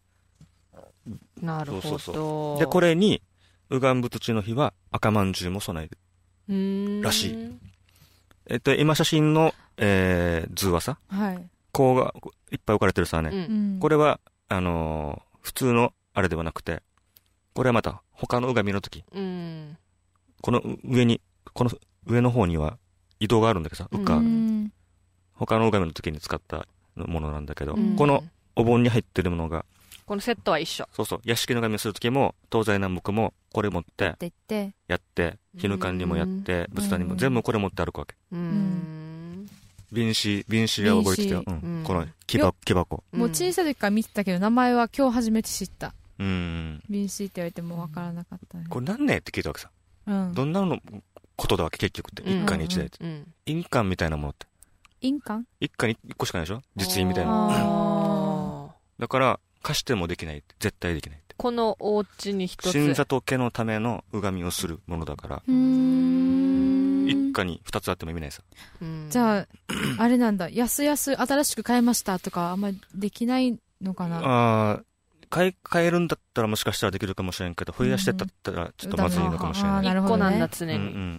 なるほど。 そうそうで、これに、うがんぶとちの日は赤まんじゅうも備える。らしい。今写真の、図はさ、 はい。 こうがいっぱい置かれてるさね。 うんうんこれは、普通のあれではなくて、これはまた他のうがみの時、 うん。 この上に、この上の方には移動があるんだけどさ、うか、 うん他のうがみの時に使ったものなんだけど、 うんこのお盆に入ってるものが、 このセットは一緒。 そうそう、屋敷の神をする時も、東西南北もこれ持ってって言って、 やって、日ぬかんにもやって、仏壇にも全部これ持って歩くわけ。瓶紙が動いてたよ。 瓶紙この木箱。 もう小さい時から見てたけど、名前は今日初めて知った。 瓶瓶紙って言われてもわからなかったね。 これ何ねって聞いたわけさ。 うん。 どんなのことだわけ結局って。一家に一台って。 うん。 印鑑みたいなものって。 印鑑一家に一個しかないでしょ実印みたいな。 あだから、貸してもできないって。絶対できないって。 このお家に一つ。 新里家のためのうがみをするものだから、一家に二つあっても意味ないさ。 じゃあ、あれなんだ。新しく買いましたとか、あんまりできないのかな。 あー変えるんだったらもしかしたらできるかもしれんけど、増やしてたったらちょっとまずいのかもしれない。 1個なんだ常に。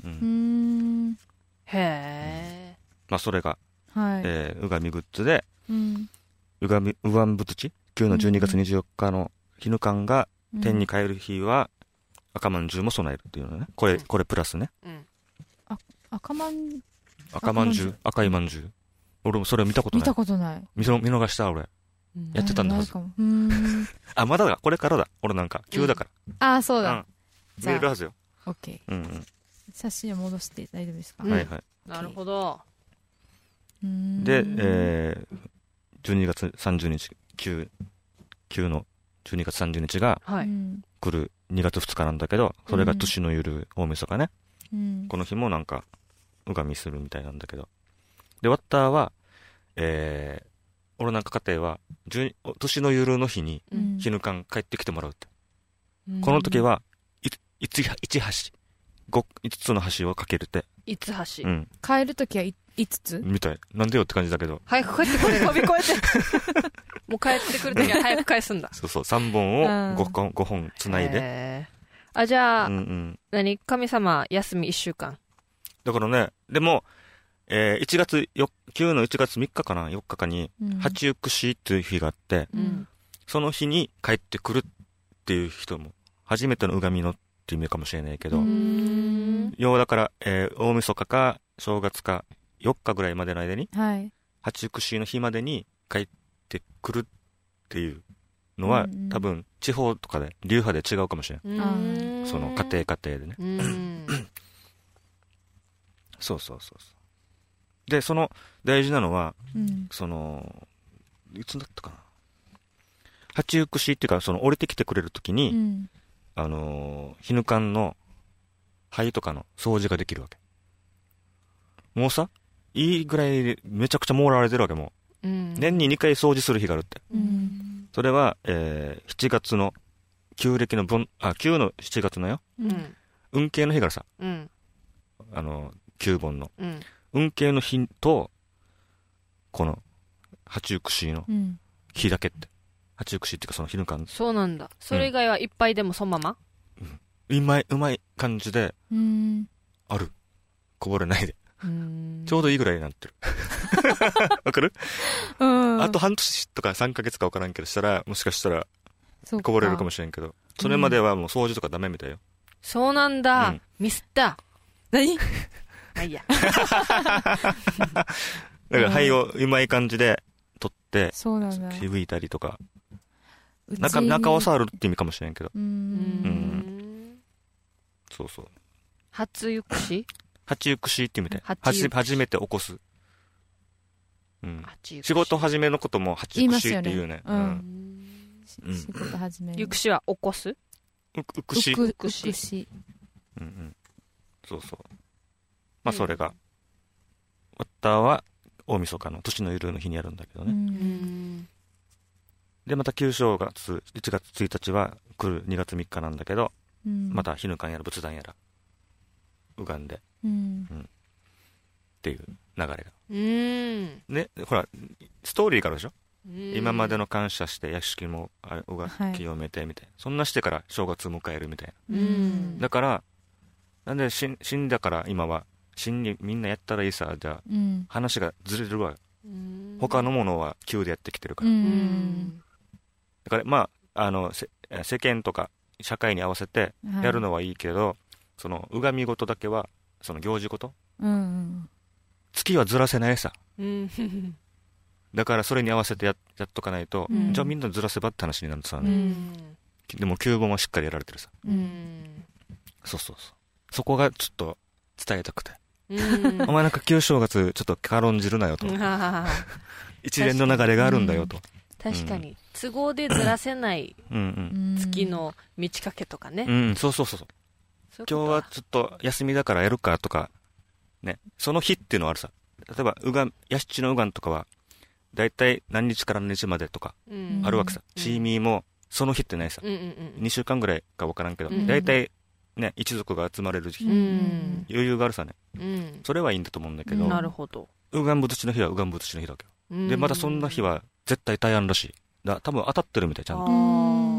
へえ。 まあそれが、 はい。 うがみグッズで、うがんぶつち9の12月24日の日ぬかんが天に帰る日は赤まんじゅうも備えるっていうのね。これプラスね。 赤まんじゅう赤いまんじゅう。俺もそれ見たことない。 見たことない。 見逃した俺。やってたんだはず。あ、まだだ。これからだ。俺なんか急だから。 あ、そうだ。 見れるはずよ。 オッケー。写真を戻して大丈夫ですか？ はいはい。 なるほど。 で、12月30日、9の12月30日が来る2月2日なんだけど、それが年のゆる大晦日ね。この日もなんか、うがみするみたいなんだけど。で、ワッターは、俺なんか家庭は、年のゆるの日に、日ぬかん帰ってきてもらうって。この時は、1箸、5つの箸をかけるって。 5箸。 帰る時は5つみたい。なんでよって感じだけど。 早く帰ってくれる。飛び越えて。もう帰ってくる時は早く返すんだ。 そうそう、3本を5本つないで。 あ、じゃあ、神様休み1週間。 だからね、でも、9の1月3日かな、4日かに、八ゆくしっていう日があって、その日に帰ってくるっていう人も、初めてのうがみのっていう意味かもしれないけど、要はだから、大晦日か正月か4日ぐらいまでの間に、八ゆくしの日までに帰ってくるっていうのは、多分地方とかで流派で違うかもしれない。その家庭でね。そう。で、その大事なのは、その、いつだったかな。八ゆくしっていうか、その降りてきてくれるときに、日ぬかんの灰とかの掃除ができるわけ。もうさ、いいぐらいめちゃくちゃ網羅られてるわけもう。年に2回掃除する日があるって。それは、7月の旧暦の9の7月のよ。運慶の日からさ、9本の。運慶の日と、この、八ゆくしの日だけって。八ゆくしっていうかその日ぬかん。 そうなんだ。それ以外はいっぱいでもそのままうまい感じで、ある。こぼれないで。ちょうどいいぐらいになってる。わかる？あと半年とか3ヶ月かわからんけどしたら、もしかしたら、こぼれるかもしれんけど、それまではもう掃除とかダメみたいよ。 そうなんだ。ミスった。何？まあいいや。 だから灰をうまい感じで取って、拭いたりとか、中を触るって意味かもしれんけど。そう。 初ゆくし？ 八ゆくしって意味で。初めて起こす。仕事始めのことも八ゆくしって言うね。 仕事始める。 ゆくしは起こす？ うくし。そう。まあそれが、ワッターは大晦日の年のゆるの日にやるんだけどね。で、また旧正月、1月1日は来る2月3日なんだけど、また日ぬかんやら仏壇やら、うがんで、っていう流れが。ね、ほら、ストーリーからでしょ？今までの感謝して屋敷もうが清めてみたいな。そんなしてから正月迎えるみたいな。だから、なんで死んだから今は、死にみんなやったらいいさ、じゃあ、話がずれるわ。他のものは急でやってきてるから。だから、まあ、世間とか社会に合わせてやるのはいいけど、その、うがみ事だけは、その行事事、月はずらせないさ。だからそれに合わせてやっとかないと、じゃあみんなずらせばって話になるさ、でも9本はしっかりやられてるさ。そう。そこがちょっと伝えたくて。お前なんか旧正月ちょっと軽んじるなよと。一連の流れがあるんだよと。 確かに。都合でずらせない月の満ち欠けとかね。 そう。今日はちょっと休みだからやるかとか、ね。その日っていうのはあるさ。例えば、ヤシチのうがんとかは、だいたい何日から何日までとか、あるわけさ。シーミーも、その日ってないさ。2週間ぐらいか分からんけど、だいたいね、一族が集まれる日、余裕があるさね。それはいいんだと思うんだけど、 なるほど。 うがんぶつちの日はうがんぶつちの日だけど。で、またそんな日は絶対大安らしい。多分当たってるみたい、ちゃんと。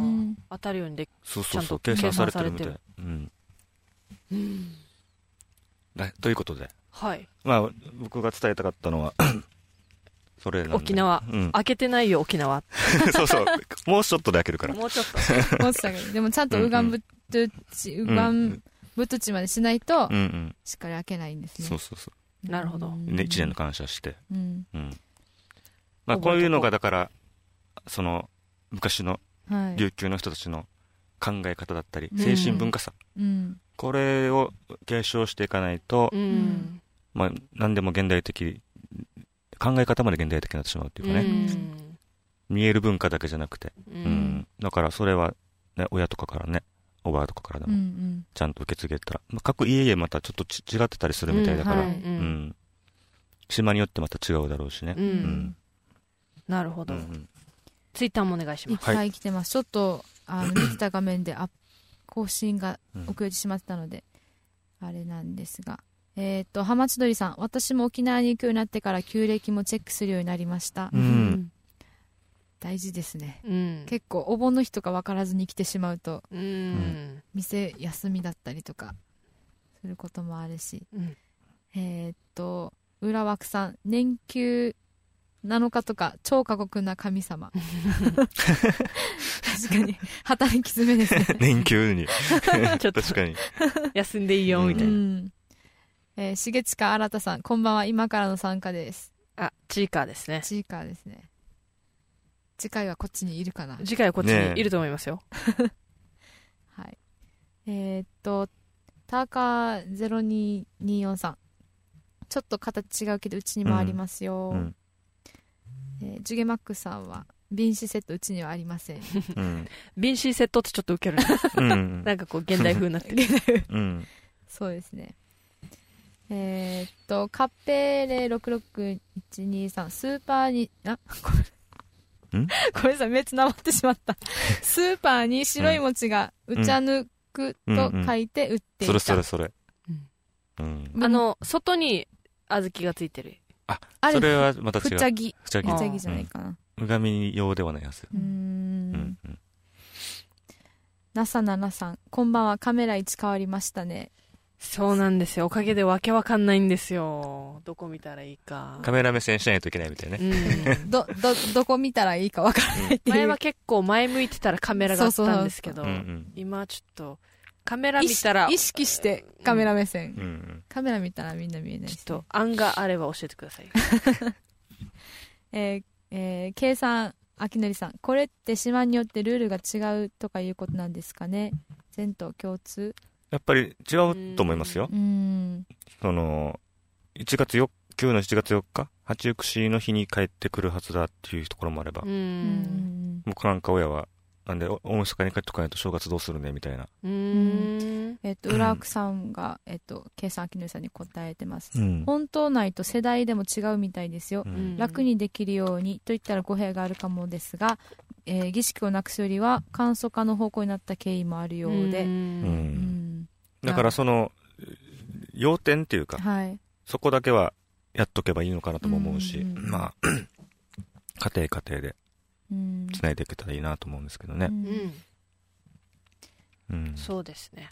当たるようにでそうそうそう、 ちゃんと計算されてるみたい。 計算うんということで、 はいまあ僕が伝えたかったのはそれなんで、 沖縄、開けてないよ沖縄そうそう、もうちょっとで開けるから。 もうちょっと思ってたけどでもちゃんとウガンブトチまでしないとしっかり開けないんですね。 そうそうそなるほど、 う、ね、1年の感謝して、まあ、 覚えとこうこういうのがだからその昔のはい琉球の人たちの考え方だったり、精神文化さ、これを継承していかないと、まあ、何でも現代的、考え方まで現代的になってしまうっていうかね、見える文化だけじゃなくて、だからそれは、ね、親とかからね、おばあとかからでもちゃんと受け継げたら、まあ、各家々またちょっと違ってたりするみたいだから、島によってまた違うだろうしね。 なるほど、ツイッターもお願いします。 いっぱい来てます。ちょっと見てた画面で更新が遅れてしまったので、あれなんですが、浜千鳥さん、私も沖縄に行くようになってから旧暦もチェックするようになりました。大事ですね。結構お盆の日とか分からずに来てしまうと、店休みだったりとかすることもあるし、浦枠さん、年給7日とか超過酷な神様確かに働き詰めですね年給にちょっと確かに休んでいいよみたいな。 重近新さん、こんばんは、今からの参加です。 チーカーですね。 チーカーですね。次回はこっちにいるかな。 次回はこっちにいると思いますよ、 はい。ターカー0224さん、ちょっと形違うけどうちにもありますよ。ジュゲマックさんは瓶子セットうちにはありません。 瓶子セットってちょっとウケるねなんかこう現代風になってるそうですね。カッペーレ66123、スーパーにこれさ、目つなまってしまったスーパーに白い餅がうちゃぬくと書いて売っていた。 それ、 外に小豆がついてる。 それはまた違う。 ふちゃぎじゃないかな。 うがみ用ではないやつ。 なさななさん、こんばんは、カメラ位置変わりましたね。 そうなんですよ、おかげでわけわかんないんですよ、どこ見たらいいか。 カメラ目線しないといけないみたいね、 どこ見たらいいかわからないっていう。 前は結構前向いてたらカメラがあったんですけど、今ちょっとカメラ見たら意識してカメラ目線、カメラ見たらみんな見えないし、ね、 ちょっと案があれば教えてください計算秋典さん、これって島によってルールが違うとかいうことなんですかね。全島共通。 やっぱり違うと思いますよ。その1月4日の7月4日八ゆくしの日に帰ってくるはずだっていうところもあれば、僕なんか親はなんで大晦日に帰ってこないと正月どうするねみたいな。 浦奥さんが計算秋典さんに答えてます。本当ないと世代でも違うみたいですよ。楽にできるようにと言ったら語弊があるかもですが、儀式をなくすよりは簡素化の方向になった経緯もあるようで、 だからその要点っていうか、そこだけはやっとけばいいのかなとも思うし、まあ家庭でつないでいけたらいいなと思うんですけどね。 そうですね。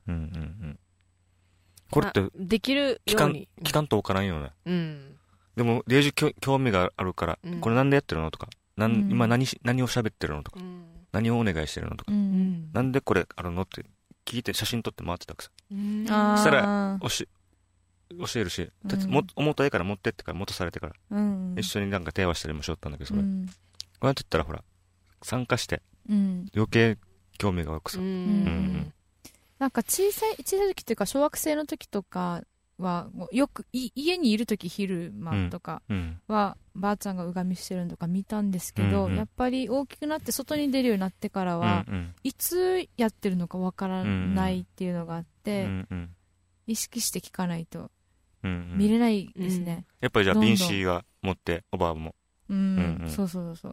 これってできるように期間とおからんよね。でもデージ興味があるから、これなんでやってるのとか、今何を喋ってるのとか、何をお願いしてるのとか、なんでこれあるのって聞いて写真撮って回ってたくさ。そしたら教えるし、重たいから持ってってから元されてから、一緒になんか手話したりもしよったんだけど、それこうやって言ったらほら参加して余計興味が湧くさ。 なんか小さい時っていうか小学生の時とかはよく家にいる時昼間とかはばあちゃんがうがみしてるのとか見たんですけど、やっぱり大きくなって外に出るようになってからは、いつやってるのかわからないっていうのがあって、意識して聞かないと見れないですね。 やっぱりじゃあ瓶子は持っておばあも、 そう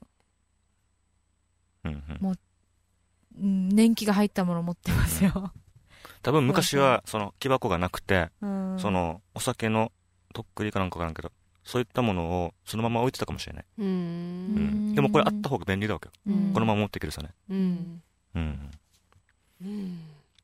もう年季が入ったもの持ってますよ。 多分昔はその木箱がなくて、そのお酒のとっくりかなんかわからんけど、そういったものをそのまま置いてたかもしれない。でもこれあった方が便利だわけよ。このまま持っていけるさね。 うんうん、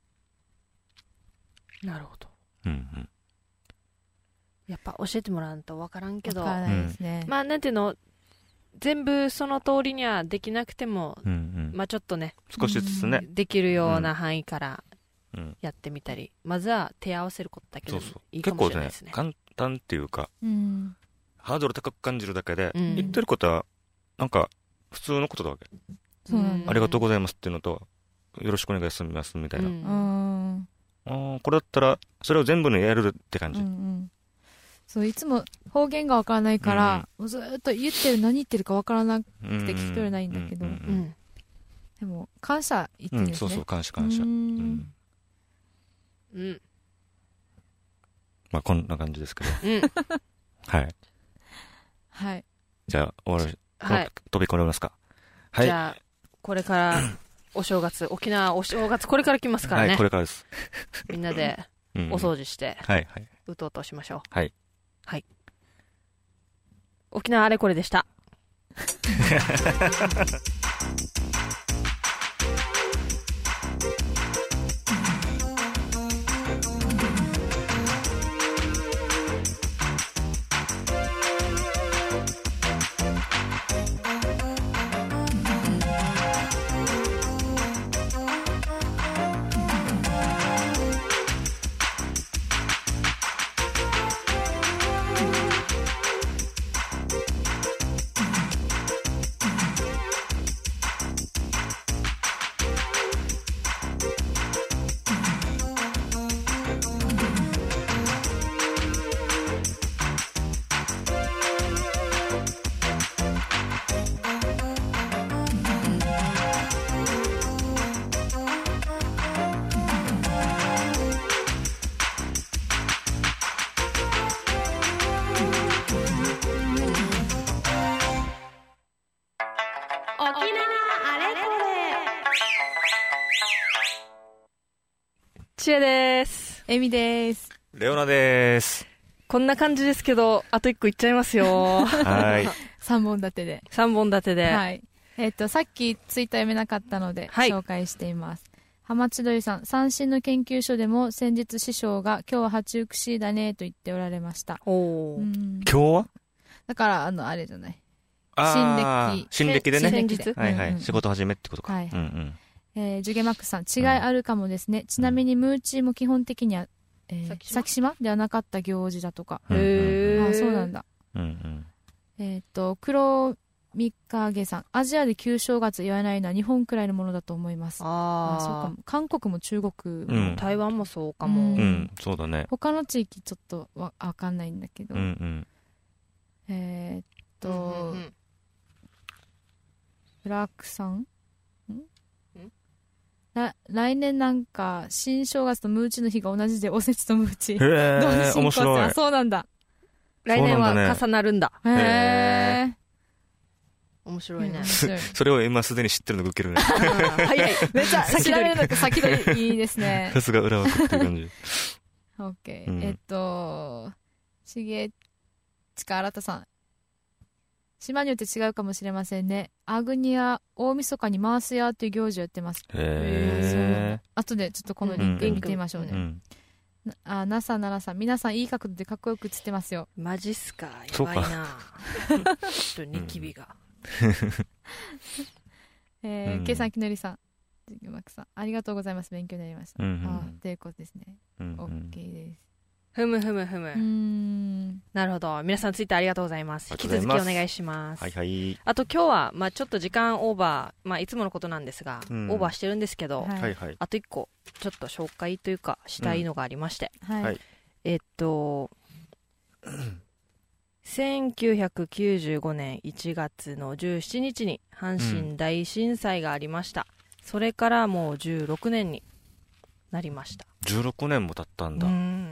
なるほど。 うんうんやっぱ教えてもらわんと分からんけど、 わからないですね。 まあなんていうの、全部その通りにはできなくても、 うんうんまあちょっとね、 少しずつね、 できるような範囲からうん、 やってみたり、まずは手合わせることだけでもそうそういいか結構ねもしれないですね。 簡単っていうか、 うんハードル高く感じるだけで、 うん言ってることはなんか普通のことだわけ、 そうなんだありがとうございますっていうのとよろしくお願いしますみたいな、 うんこれだったらそれを全部のやるって感じ、 うんうんそういつも方言がわからないから、もうずっと何言ってるかわからなくて聞き取れないんだけど、 うんでも感謝言ってるんですね。 そうそう感謝感謝、 うんうんまあこんな感じですけどうんはいはい。 じゃあ終わる、 はい、 飛び込みますか。はいじゃあこれからお正月、沖縄お正月これから来ますからね、 はいこれからです、 みんなでうんお掃除してはいはい、 うとうとしましょう。 はいはい、沖縄あれこれでした。ちえです。 エミです。 レオナです。 こんな感じですけど、あと1個いっちゃいますよ。 はい。 3本立てで。 3本立てで。 はい。さっきツイッター読めなかったので、 はい、 紹介しています。浜千鳥さん、三振の研究所でも先日師匠が今日は八浮しいだねと言っておられました。 お今日はだからあれじゃない。 新暦でね。 先日。 はいはい。仕事始めってことか。 はい。 うんジュゲマックさん、違いあるかもですね。ちなみにムーチーも基本的には、先島ではなかった行事だとか。 へー。 あ、そうなんだ。黒三影さん、アジアで旧正月言わないのは日本くらいのものだと思います。あ、そうかも。韓国も中国も、 台湾もそうかも。 うん、そうだね。 他の地域ちょっとわかんないんだけど。ブラックさん来年なんか新正月とムーチの日が同じでおせちとムーチへー面白い。 そうなんだ。 来年は重なるんだ。 へー面白いね。 それを今すでに知ってるのがウケるね。 早い。 めっちゃ調べるのが先取りいいですね。 さすが裏枠っていう感じ。 オッケー。しげちかあらたさん。島によって違うかもしれませんね。アグニア大晦日に回すやという行事をやってます。 へー。 後でちょっとこのリンク見てみましょうね。NASA 奈良さん、皆さんいい角度でかっこよく映ってますよ。 マジっすか、やばいな。ちょっとニキビが。 計算きのりさん、ありがとうございます。勉強になりました。ということですね。OK です。 ふむ。なるほど。皆さんツイッターありがとうございます。引き続きお願いします。 はいはい。 あと今日は、ちょっと時間オーバー、いつものことなんですが、オーバーしてるんですけど、あと1個、ちょっと紹介というか、したいのがありまして。1995年1月の17日に阪神大震災がありました。それからもう16年になりました。 16年も経ったんだ。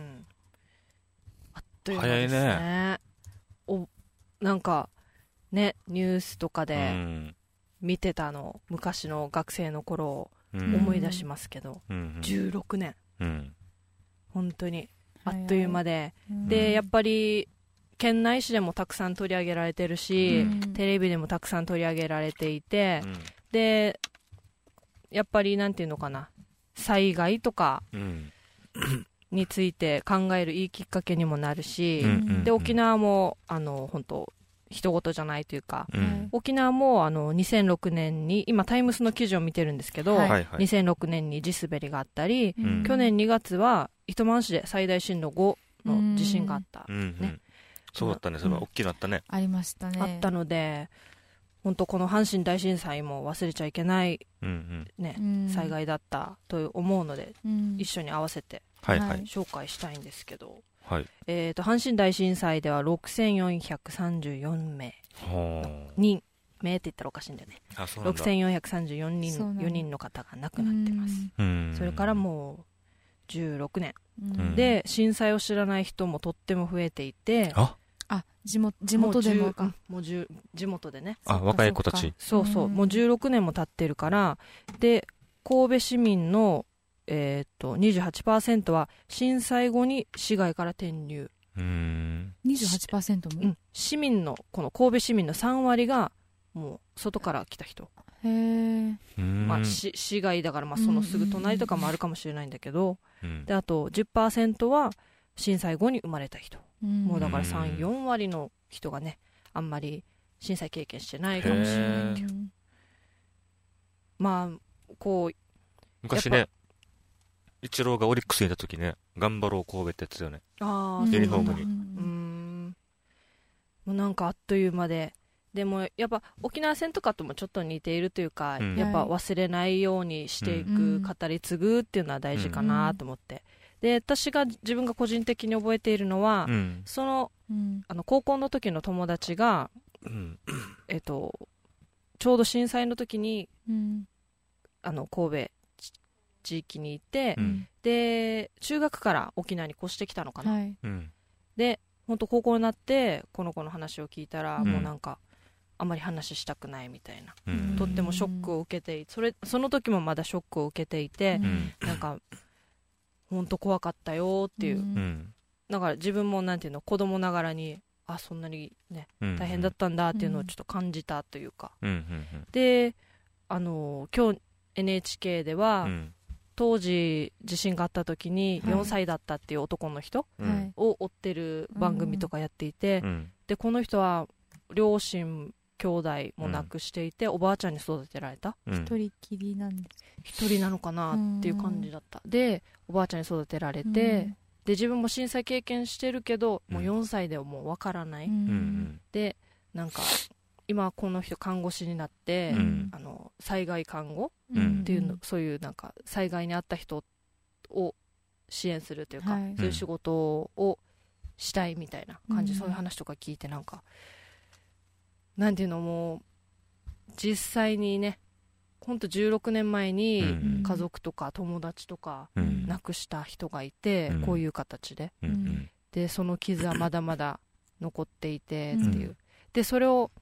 早いね。なんかね、ニュースとかで見てたの、昔の学生の頃を思い出しますけど、16年、本当にあっという間で、でやっぱり県内紙でもたくさん取り上げられてるし、テレビでもたくさん取り上げられていて、でやっぱりなんていうのかな、災害とかについて考えるいいきっかけにもなるし、で沖縄も本当人事じゃないというか、沖縄も2006年に今タイムスの記事を見てるんですけど、2006年に地滑りがあったり、去年2月は糸満市で最大震度5の地震があった、 そうだったね。それは大きくなったね。 ありましたね。 あったので、本当この阪神大震災も忘れちゃいけない、災害だったと思うので、一緒に合わせて紹介したいんですけど、阪神大震災では6434名人名って言ったらおかしいんだよね。6434人4人の方が亡くなってます。それからもう16年、で震災を知らない人もとっても増えていて、 地元でもか、 もう地元でね、 若い子たち、 もう16年も経ってるから。で神戸市民の28% は震災後に市外から転入。 28% も、 市民のこの神戸市民の3割がもう外から来た人。市外だから、そのすぐ隣とかもあるかもしれないんだけど、であと 10% は震災後に生まれた人。もうだから3、4割の人がね、あんまり震災経験してないかもしれないっていう。こう昔ね、イチローがオリックスにいた時ね、頑張ろう神戸ってやつだよね。ユニフォームに。 もうなんかあっという間で、でもやっぱ沖縄戦とかともちょっと似ているというか、やっぱ忘れないようにしていく、語り継ぐっていうのは大事かなと思って。で私が自分が個人的に覚えているのは、その、高校の時の友達が、ちょうど震災の時に、神戸地域にいて、で中学から沖縄に越してきたのかな、で本当高校になってこの子の話を聞いたら、もうなんかあまり話したくないみたいな、とってもショックを受けて、その時もまだショックを受けていて、なんか本当怖かったよっていう、だから自分もなんていうの、子供ながらにそんなにね、大変だったんだっていうのをちょっと感じたというか、で今日 NHK では、当時地震があった時に4歳だったっていう男の人を追ってる番組とかやっていて、でこの人は両親兄弟も亡くしていて、おばあちゃんに育てられた、 一人きりなんです。 一人なのかなっていう感じだった。でおばあちゃんに育てられて、で自分も震災経験してるけど、もう4歳ではもうわからない、でなんか今この人看護師になって、災害看護っていうの、そういうなんか災害に遭った人を支援するというか、そういう仕事をしたいみたいな感じ、そういう話とか聞いて、なんかなんていうの、もう実際にね、ほんと16年前に家族とか友達とか亡くした人がいて、こういう形で、でその傷はまだまだ残っていてっていう、でそれを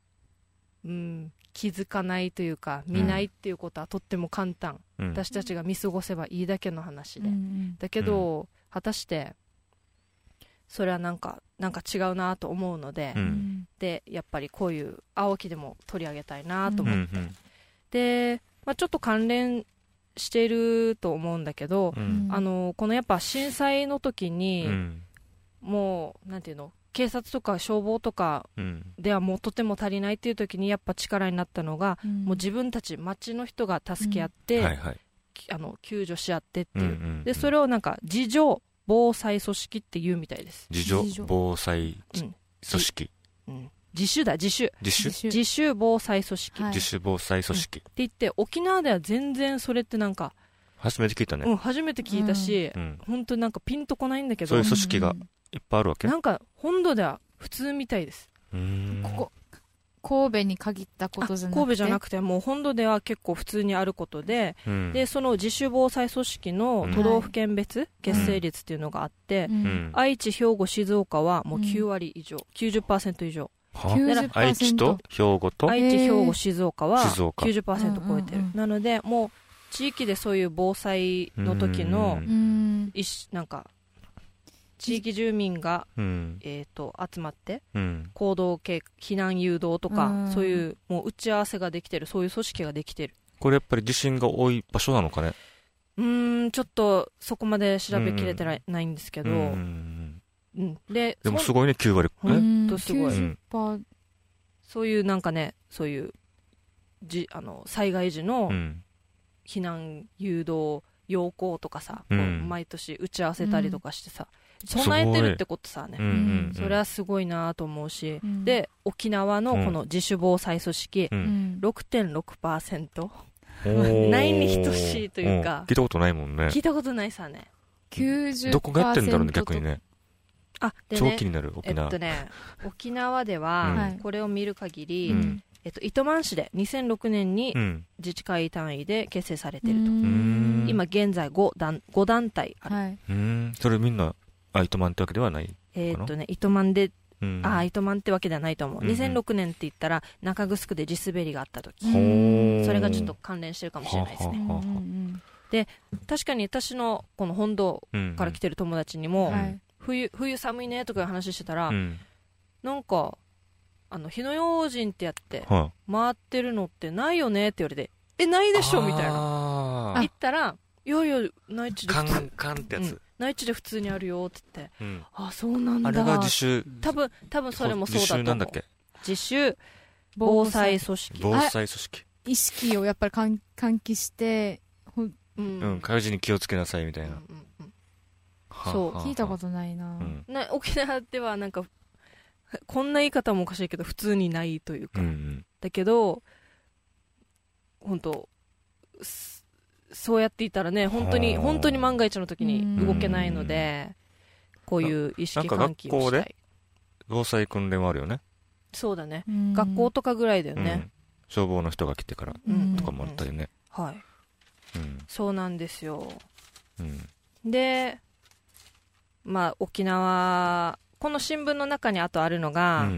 気づかないというか見ないっていうことはとっても簡単、私たちが見過ごせばいいだけの話で、だけど果たしてそれはなんか違うなと思うので、でやっぱりこういう青木でも取り上げたいなと思って、で、ちょっと関連していると思うんだけど、このやっぱ震災の時に、もうなんていうの、警察とか消防とかではもうとても足りないっていう時にやっぱ力になったのが、もう自分たち町の人が助け合って、救助し合ってっていう、でそれをなんか自助防災組織っていうみたいです。 自助防災組織、 自主防災組織、 自主防災組織って言って、沖縄では全然それってなんか初めて聞いたね。 初めて聞いたし、本当になんかピンとこないんだけど、 そういう組織がいっぱいあるわけ。 なんか本土では普通みたいです。 ここ神戸に限ったことじゃなくて、 神戸じゃなくてもう本土では結構普通にあることで、でその自主防災組織の都道府県別結成率っていうのがあって、愛知、兵庫、静岡はもう9割以上、90% 以上。 愛知と兵庫と愛知、兵庫、静岡は 90% 超えてる。なのでもう地域でそういう防災の時のなんか地域住民が、集まって、行動避難誘導とか、そういうもう打ち合わせができてる、そういう組織ができてる。 これやっぱり地震が多い場所なのかね。 ちょっとそこまで調べきれてないんですけど、でもすごいね、9割。 ほんとすごい。 90% そういうなんかね、そういう災害時の避難誘導要項とかさ、こう毎年打ち合わせたりとかしてさ、備えてるってことさね、それはすごいなと思うし、で沖縄のこの自主防災組織、6.6%、ないに等しいというか、 聞いたことないもんね。 聞いたことないさね。 90% どこがやってんだろうね、逆にね。 でね、 超気になる沖縄。 沖縄ではこれを見る限り、糸満市で2006年に自治会単位で結成されていると。今現在5団体ある。 それみんな糸満ってわけではないかな。 糸満で、糸満ってわけではないと思う。2006年って言ったら中城で地滑りがあった時、それがちょっと関連してるかもしれないですね。で、確かに私のこの本土から来てる友達にも、冬寒いねとかいう話してたら、なんか火の用心ってやって回ってるのってないよねって言われて、ないでしょみたいな言ったら、いやいや内地でカンってやつ、 内地で普通にあるよって言って、そうなんだ。 あれが自主、 多分それもそうだと思う。 自主なんだっけ、 自主防災組織。 意識をやっぱり喚起して、 火事に気をつけなさいみたいな。 そう聞いたことないな。 沖縄ではなんかこんな言い方もおかしいけど普通にないというか、だけど本当そうやっていたらね、本当に万が一の時に動けないので、こういう意識喚起をしたい。 防災訓練もあるよね。 そうだね、学校とかぐらいだよね、 消防の人が来てからとかもあったよね。 はい、そうなんですよ。で、沖縄、この新聞の中にあとあるのが、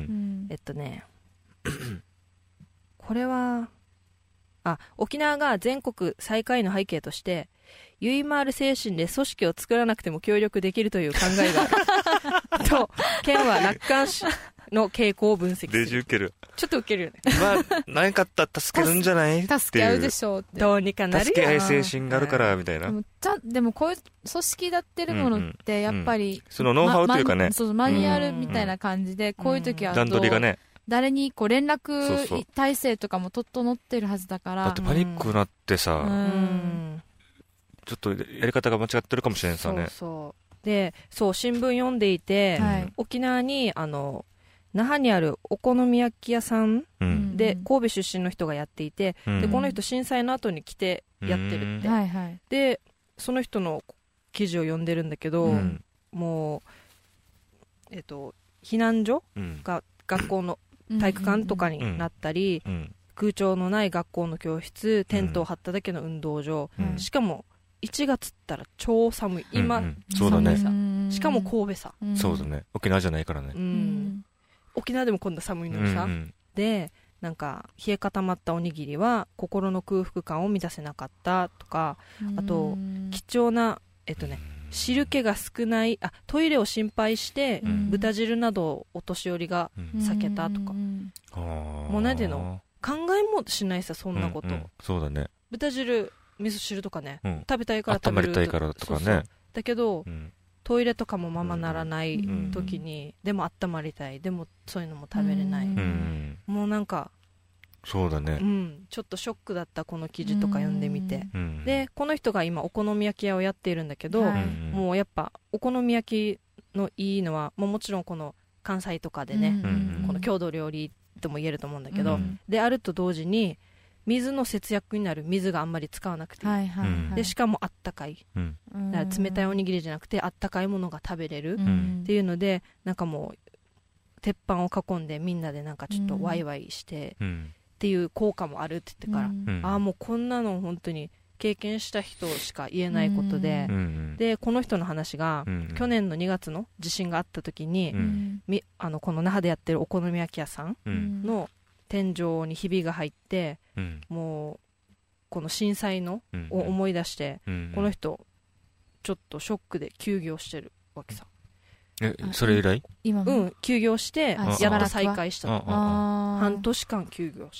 これは沖縄が全国最下位の背景として、ゆいまーる精神で組織を作らなくても協力できるという考えがあると、県は楽観視の傾向を分析する。 デジ受ける。 ちょっと受けるよね。 何かあったら助けるんじゃないっていう。 助け合うでしょうって。 どうにかなるよ。 助け合い精神があるからみたいな。 でもこういう組織だってるものってやっぱり、 そのノウハウというかね、 マニュアルみたいな感じで、こういう時は段取りがね、 誰に連絡体制とかも整ってるはずだから。 だってパニックなってさ、ちょっとやり方が間違ってるかもしれんさね。 で、新聞読んでいて、沖縄に那覇にあるお好み焼き屋さんで、神戸出身の人がやっていて、でこの人震災の後に来てやってるって、でその人の記事を読んでるんだけど、もう避難所が学校の体育館とかになったり、空調のない学校の教室、テントを張っただけの運動場、しかも1月ったら超寒い、今、寒いさ、しかも神戸さ、 そうだね、沖縄じゃないからね、 沖縄でもこんな寒いのにさ、でなんか冷え固まったおにぎりは心の空腹感を満たせなかったとか、あと貴重な汁気が少ないトイレを心配して豚汁などお年寄りが避けたとか、もうなんていうの、考えもしないさ、そんなこと、 そうだね、 豚汁味噌汁とかね、食べたいから食べる温まりたいからとかね、 だけど、トイレとかもままならない時に、でも温まりたい、でもそういうのも食べれない、もうなんかそうだね、 ちょっとショックだった、この記事とか読んでみて、でこの人が今お好み焼き屋をやっているんだけど、もうやっぱお好み焼きのいいのはもちろんこの関西とかでね、この郷土料理とも言えると思うんだけど、であると同時に水の節約になる、水があんまり使わなくて、でしかもあったかい、だから冷たいおにぎりじゃなくてあったかいものが食べれるっていうので、なんかもう鉄板を囲んでみんなでなんかちょっとワイワイしてっていう効果もあるって言ってから、もうこんなの本当に経験した人しか言えないことで、でこの人の話が、去年の2月の地震があった時に、この那覇でやってるお好み焼き屋さんの天井にひびが入って、もうこの震災のを思い出して、この人ちょっとショックで休業してるわけさ。 それ以来休業してやっと再開したと。半年間休業した。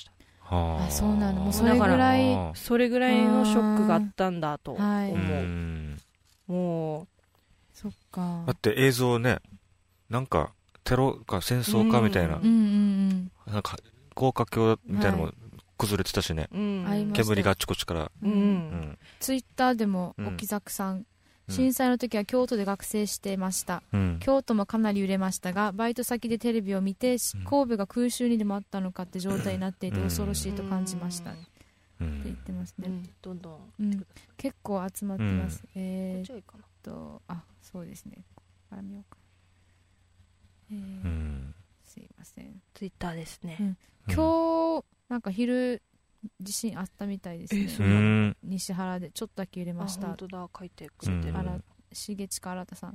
はあ、 そうなの。もうそれぐらい、 それぐらいのショックがあったんだと思う、 はい、 もうそっか。 だって映像ね、なんかテロか戦争かみたいな、 うんうんうんなんか高架橋みたいなのも崩れてたしね、煙があちこちから、 ツイッターでも沖崎さん、震災の時は京都で学生してました、京都もかなり揺れましたがバイト先でテレビを見て神戸が空襲にでもあったのかって状態になっていて恐ろしいと感じましたって言ってますね、 どんどん、 結構集まってます、そうですね、ここから見ようか、すいません、 ツイッターですね、 今日なんか昼地震あったみたいですね、西原でちょっとだけ揺れました。 本当だ、書いてくれてる、 重近新さん、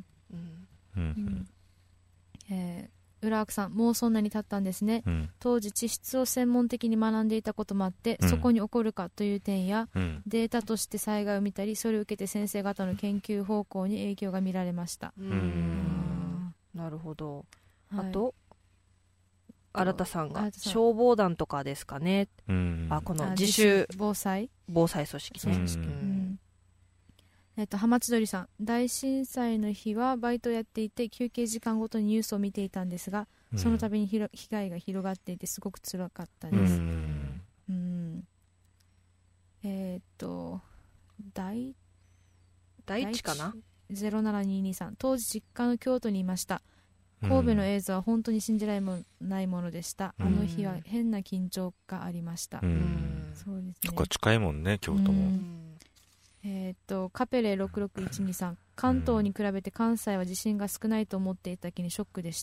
浦和さん、もうそんなに経ったんですね、当時地質を専門的に学んでいたこともあって、そこに起こるかという点や、データとして災害を見たりそれを受けて先生方の研究方向に影響が見られました。 なるほど、あと新田さんが消防団とかですかね、この自主防災組織ね、 浜千鳥さん、大震災の日はバイトをやっていて休憩時間ごとにニュースを見ていたんですが、その度に被害が広がっていてすごく辛かったです。 第一かな、 0722当時実家の京都にいました。神戸の映像は本当に信じられないものでした。あの日は変な緊張がありました。そうですね。 とか近いもんね、京都も。 カペレ66123、関東に比べて関西は地震が少ないと思っていただけにショックでした。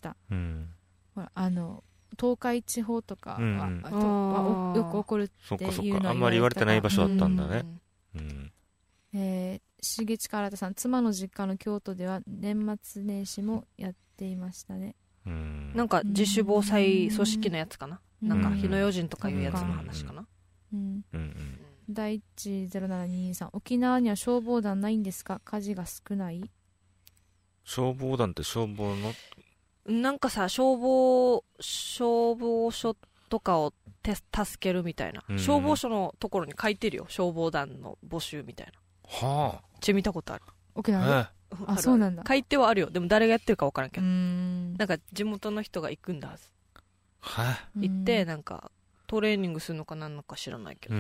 東海地方とかはよく起こるっていうのはあんまり言われてない場所だったんだね。 重近新さん、妻の実家の京都では年末年始もやっていましたね。 なんか自主防災組織のやつかな、なんか火の用心とかいうやつの話かな。第一0723、沖縄には消防団ないんですか、火事が少ない。 消防団って消防のなんかさ、消防署とかを助けるみたいな、消防署のところに書いてるよ、消防団の募集みたいな。 はあ、 見たことある。 沖縄で、そうなんだ。 書いてはあるよ。でも誰がやってるか分からんけど、なんか地元の人が行くんだはず。行ってなんかトレーニングするのかなんのか知らないけど。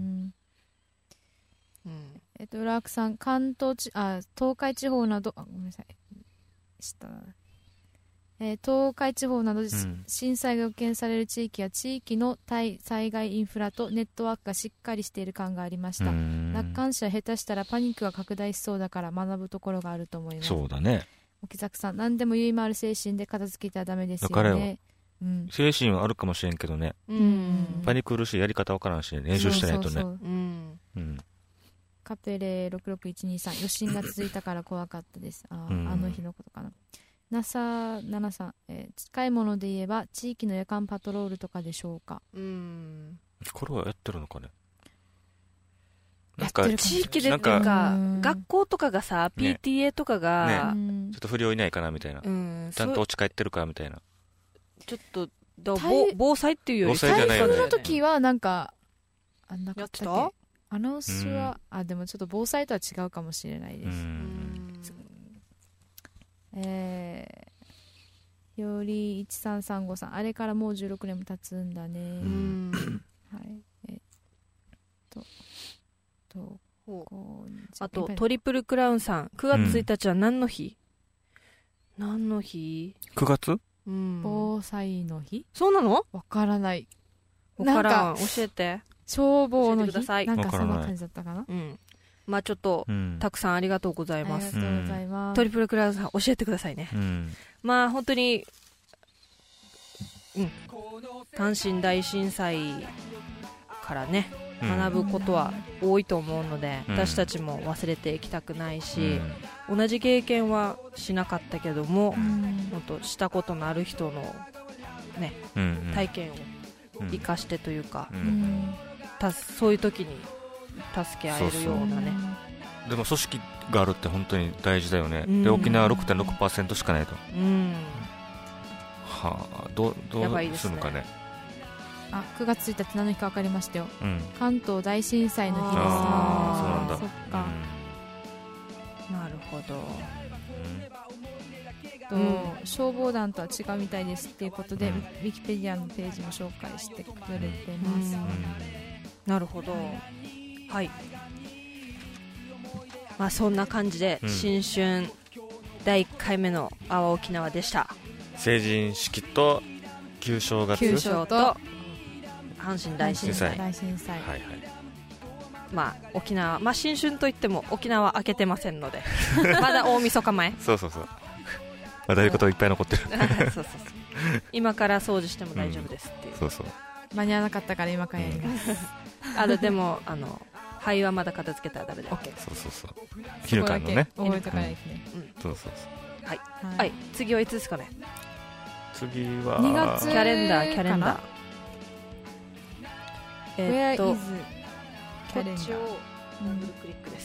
浦和さん、東海地方などごめんなさい、東海地方など震災が予見される地域や地域の災害インフラとネットワークがしっかりしている感がありました。楽観視は下手したらパニックが拡大しそうだから学ぶところがあると思います。 そうだね。 沖崎さん、何でも余裕もある精神で片付けてはダメですよね。 精神はあるかもしれんけどね、パニックるしやり方わからんし練習してないとね。 カペレ66123、余震が続いたから怖かったです。あの日のことかな。NASA7さん、近いもので言えば地域の夜間パトロールとかでしょうか。 これはやってるのかね。 なんか地域でっていうか学校とかがさ、PTA とかが、 ちょっと不良いないかなみたいな、ちゃんと落ち帰ってるかみたいな、 ちょっと防災っていうより台風の時はなんかなかったっけ、アナウンスは、でもちょっと防災とは違うかもしれないです。より1335さん、あれからもう16年も経つんだね。 あとトリプルクラウンさん、9月1日は何の日？何の日 ？9月？ 防災の日？ そうなの？ わからない。 わからん、教えて。 消防の日？ なんかそんな感じだったかな。 まあちょっと、たくさんありがとうございます。 ありがとうございます。 トリプルクラウンさん、教えてくださいね。まあ本当に、阪神大震災からね、学ぶことは多いと思うので、私たちも忘れていきたくないし、同じ経験はしなかったけども、本当したことのある人のね、体験を生かしてというか、そういう時に助け合えるようなね。 でも組織があるって本当に大事だよね。で沖縄は 6.6% しかないと。はあ、どうするのかね。 9月1日何の日か分かりましたよ。 うん、 関東大震災の日です。 あー、そうなんだ。 そっか、 なるほど。 消防団とは違うみたいですっていうことで、ウィキペディアのページも紹介してくれてます。 なるほど。はい。まあそんな感じで、新春第1回目の阿波沖縄でした。 成人式と旧正月、 旧正と阪神大震災。 はいはい。 まあ沖縄、まあ新春といっても沖縄は明けてませんのでまだ大晦日前。 そうそうそう。まだやることいっぱい残ってるそう今から掃除しても大丈夫ですっていう、 そうそう。 間に合わなかったから今からやります。 でも灰はまだ片付けたらダメで OK。 そうそうそう。昼間のね。 覚えとかないですね。 そうそうそう。 はい、はい、次はいつですかね。 次は 2月キャレンダー。 Where is こキャレンダー。 っちをダブルクリックです。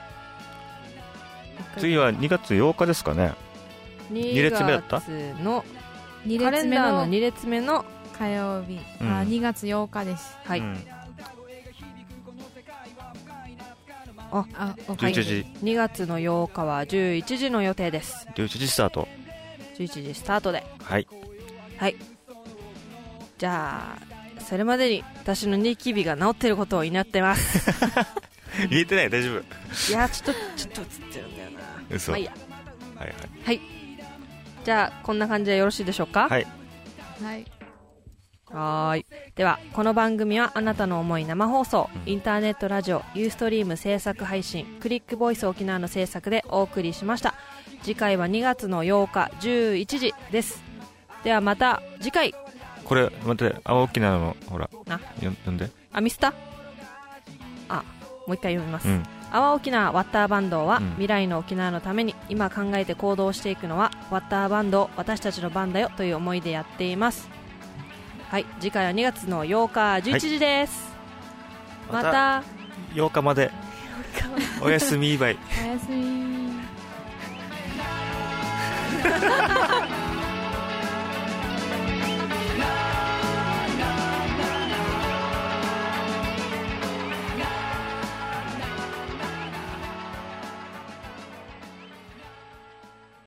次は2月8日ですかね。2列目だったの 2 カレ列目ンダーのの 2列目の火曜日、2月8日です。 はい、 11時、 2月の8日は11時の予定です。 11時スタート。 11時スタートで、 はいはい。じゃあそれまでに私のニキビが治っていることを祈ってます言えてない？大丈夫？ いやちょっと映ってるんだよな。 嘘。 まあいいや。 はいはい、 はい。じゃあこんな感じでよろしいでしょうか。 はいはい。ではこの番組はあなたの思い生放送、インターネットラジオユーストリーム制作配信クリックボイス沖縄の制作でお送りしました。次回は2月の8日11時です。ではまた次回。 これ待って、青沖縄のほら読んで。 ミスタもう一回読みます。阿波沖縄ワッターバンドは、未来の沖縄のために今考えて行動していくのはワッターバンド、私たちの番だよという思いでやっています。はい、次回は2月の8日11時です。また 8日までおやすみバイ。 おやすみ